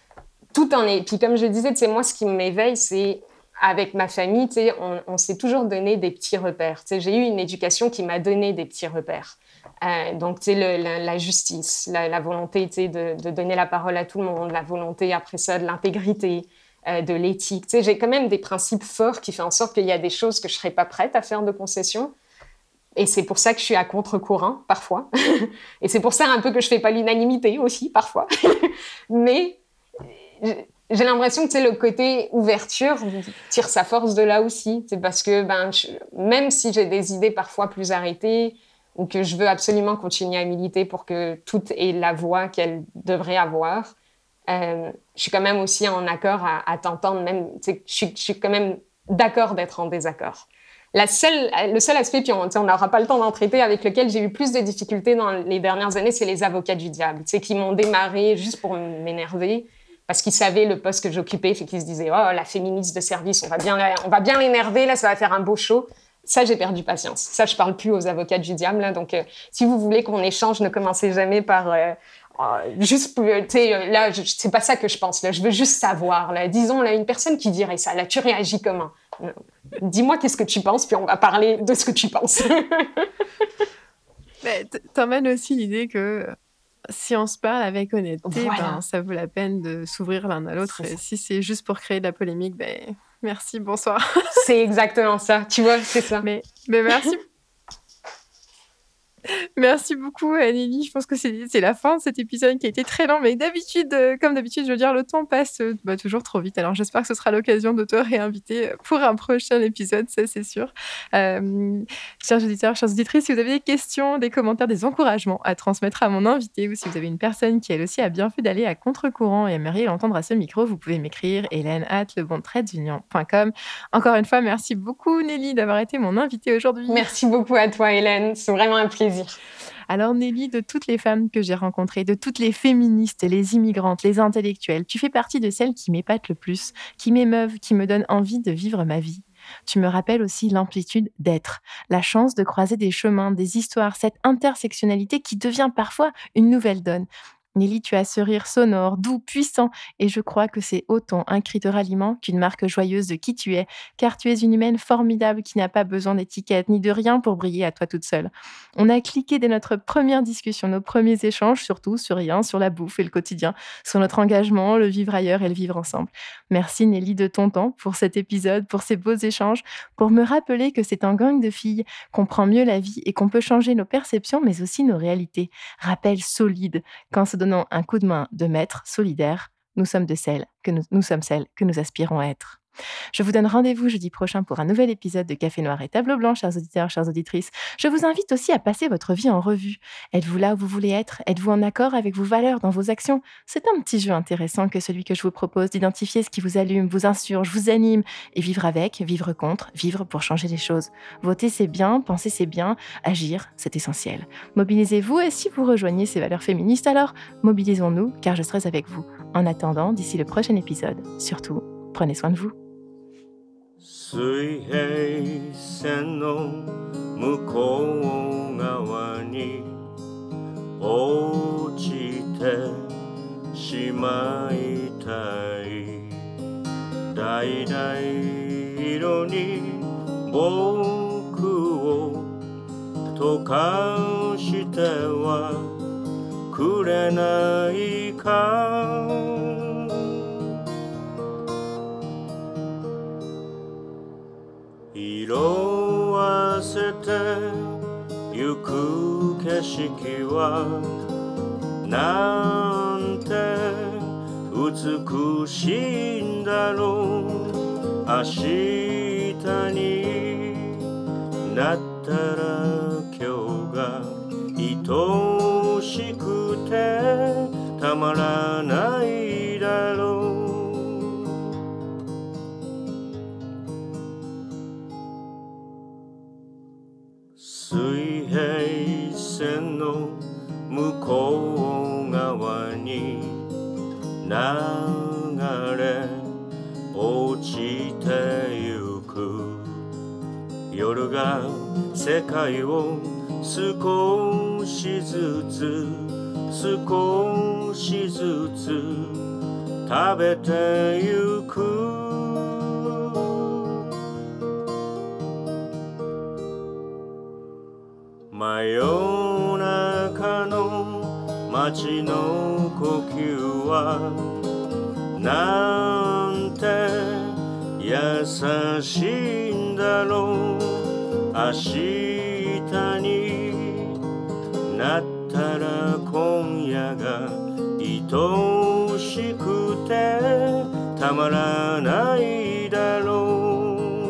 Puis comme je disais, moi ce qui m'éveille, c'est avec ma famille, on s'est toujours donné des petits repères. J'ai eu une éducation qui m'a donné des petits repères. Donc, tu sais, la justice, la volonté, tu sais, de donner la parole à tout le monde, la volonté, après ça, de l'intégrité, de l'éthique. Tu sais, j'ai quand même des principes forts qui font en sorte qu'il y a des choses que je ne serais pas prête à faire de concession. Et c'est pour ça que je suis à contre-courant, parfois. Et c'est pour ça un peu que je ne fais pas l'unanimité aussi, parfois. Mais j'ai l'impression que, tu sais, le côté ouverture tire sa force de là aussi. C'est parce que, même si j'ai des idées parfois plus arrêtées, ou que je veux absolument continuer à militer pour que tout ait la voix qu'elle devrait avoir, je suis quand même aussi en accord à t'entendre, même, je suis quand même d'accord d'être en désaccord. Le seul aspect, puis on n'aura pas le temps d'en traiter, avec lequel j'ai eu plus de difficultés dans les dernières années, c'est les avocats du diable, qui m'ont démarré juste pour m'énerver, parce qu'ils savaient le poste que j'occupais, fait qu'ils se disaient « Oh, la féministe de service, on va bien l'énerver, là, ça va faire un beau show ». Ça, j'ai perdu patience. Ça, je parle plus aux avocats du diable. Là. Donc, si vous voulez qu'on échange, ne commencez jamais par juste, tu sais, là, c'est pas ça que je pense. Là, je veux juste savoir. Là, disons, là, une personne qui dirait ça, là, tu réagis comment? Dis-moi qu'est-ce que tu penses, puis on va parler de ce que tu penses. T'emmènes aussi l'idée que si on se parle avec honnêteté, Voilà. Ça vaut la peine de s'ouvrir l'un à l'autre. Et si c'est juste pour créer de la polémique, merci, bonsoir. C'est exactement ça. Tu vois, c'est ça. Mais merci. Merci beaucoup, Nelly. Je pense que c'est la fin de cet épisode qui a été très long. Mais d'habitude, comme d'habitude, je veux dire, le temps passe toujours trop vite. Alors, j'espère que ce sera l'occasion de te réinviter pour un prochain épisode, ça, c'est sûr. Chers auditeurs, chères auditrices, si vous avez des questions, des commentaires, des encouragements à transmettre à mon invité, ou si vous avez une personne qui, elle aussi, a bien fait d'aller à contre-courant et aimeriez l'entendre à ce micro, vous pouvez m'écrire hélène@lebontraitdunion.com. Encore une fois, merci beaucoup, Nelly, d'avoir été mon invitée aujourd'hui. Merci beaucoup à toi, Hélène. C'est vraiment un plaisir. Alors Nelly, de toutes les femmes que j'ai rencontrées, de toutes les féministes, les immigrantes, les intellectuelles, tu fais partie de celles qui m'épatent le plus, qui m'émeuvent, qui me donnent envie de vivre ma vie. Tu me rappelles aussi l'amplitude d'être, la chance de croiser des chemins, des histoires, cette intersectionnalité qui devient parfois une nouvelle donne. Nelly, tu as ce rire sonore, doux, puissant, et je crois que c'est autant un cri de ralliement qu'une marque joyeuse de qui tu es, car tu es une humaine formidable qui n'a pas besoin d'étiquette ni de rien pour briller à toi toute seule. On a cliqué dès notre première discussion, nos premiers échanges, surtout sur rien, sur la bouffe et le quotidien, sur notre engagement, le vivre ailleurs et le vivre ensemble. Merci Nelly de ton temps pour cet épisode, pour ces beaux échanges, pour me rappeler que c'est en gang de filles qu'on prend mieux la vie et qu'on peut changer nos perceptions mais aussi nos réalités. Rappel solide, qu'en se donnant un coup de main de maître solidaire, nous sommes celles que nous aspirons à être. Je vous donne rendez-vous jeudi prochain pour un nouvel épisode de Café Noir et Table Blanche, chers auditeurs, chères auditrices. Je vous invite aussi à passer votre vie en revue. Êtes-vous là où vous voulez être? Êtes-vous en accord avec vos valeurs dans vos actions? C'est un petit jeu intéressant que celui que je vous propose d'identifier ce qui vous allume, vous insurge, vous anime, et vivre avec, vivre contre, vivre pour changer les choses. Voter, c'est bien, penser, c'est bien, agir, c'est essentiel. Mobilisez-vous et si vous rejoignez ces valeurs féministes, alors mobilisons-nous, car je serai avec vous. En attendant, d'ici le prochain épisode, surtout, prenez soin de vous. 水平線の向こう側に落ちてしまいたい橙色に僕を溶かしてはくれないか色あせてゆく景色はなんて美しいんだろう明日になったら今日が愛しくてたまらないだろう水平線の向こう側に流れ落ちてゆく夜が世界を少しずつ少しずつ食べてゆく真夜街の呼吸はなんて優しいんだろう。明日になったら今夜が愛しくてたまらないだろう。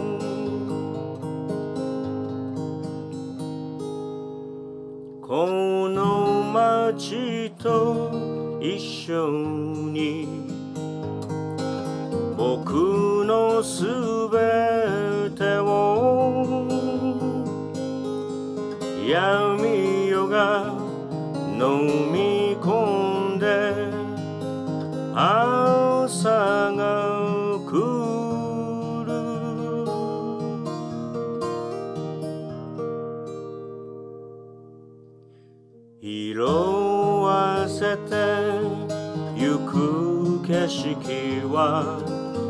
この街と一緒に僕のすべてを闇夜が飲み込んで朝が来る。色あせてゆく景色は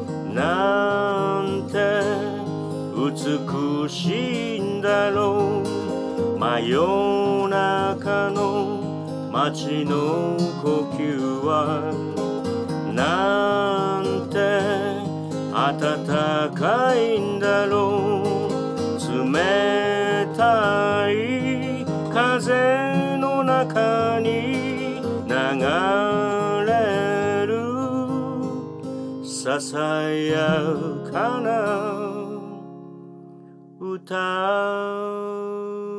なんて美しいんだろう。真夜中の街の呼吸はなんて暖かいんだろう。冷たい風の中に流れるささやかな歌。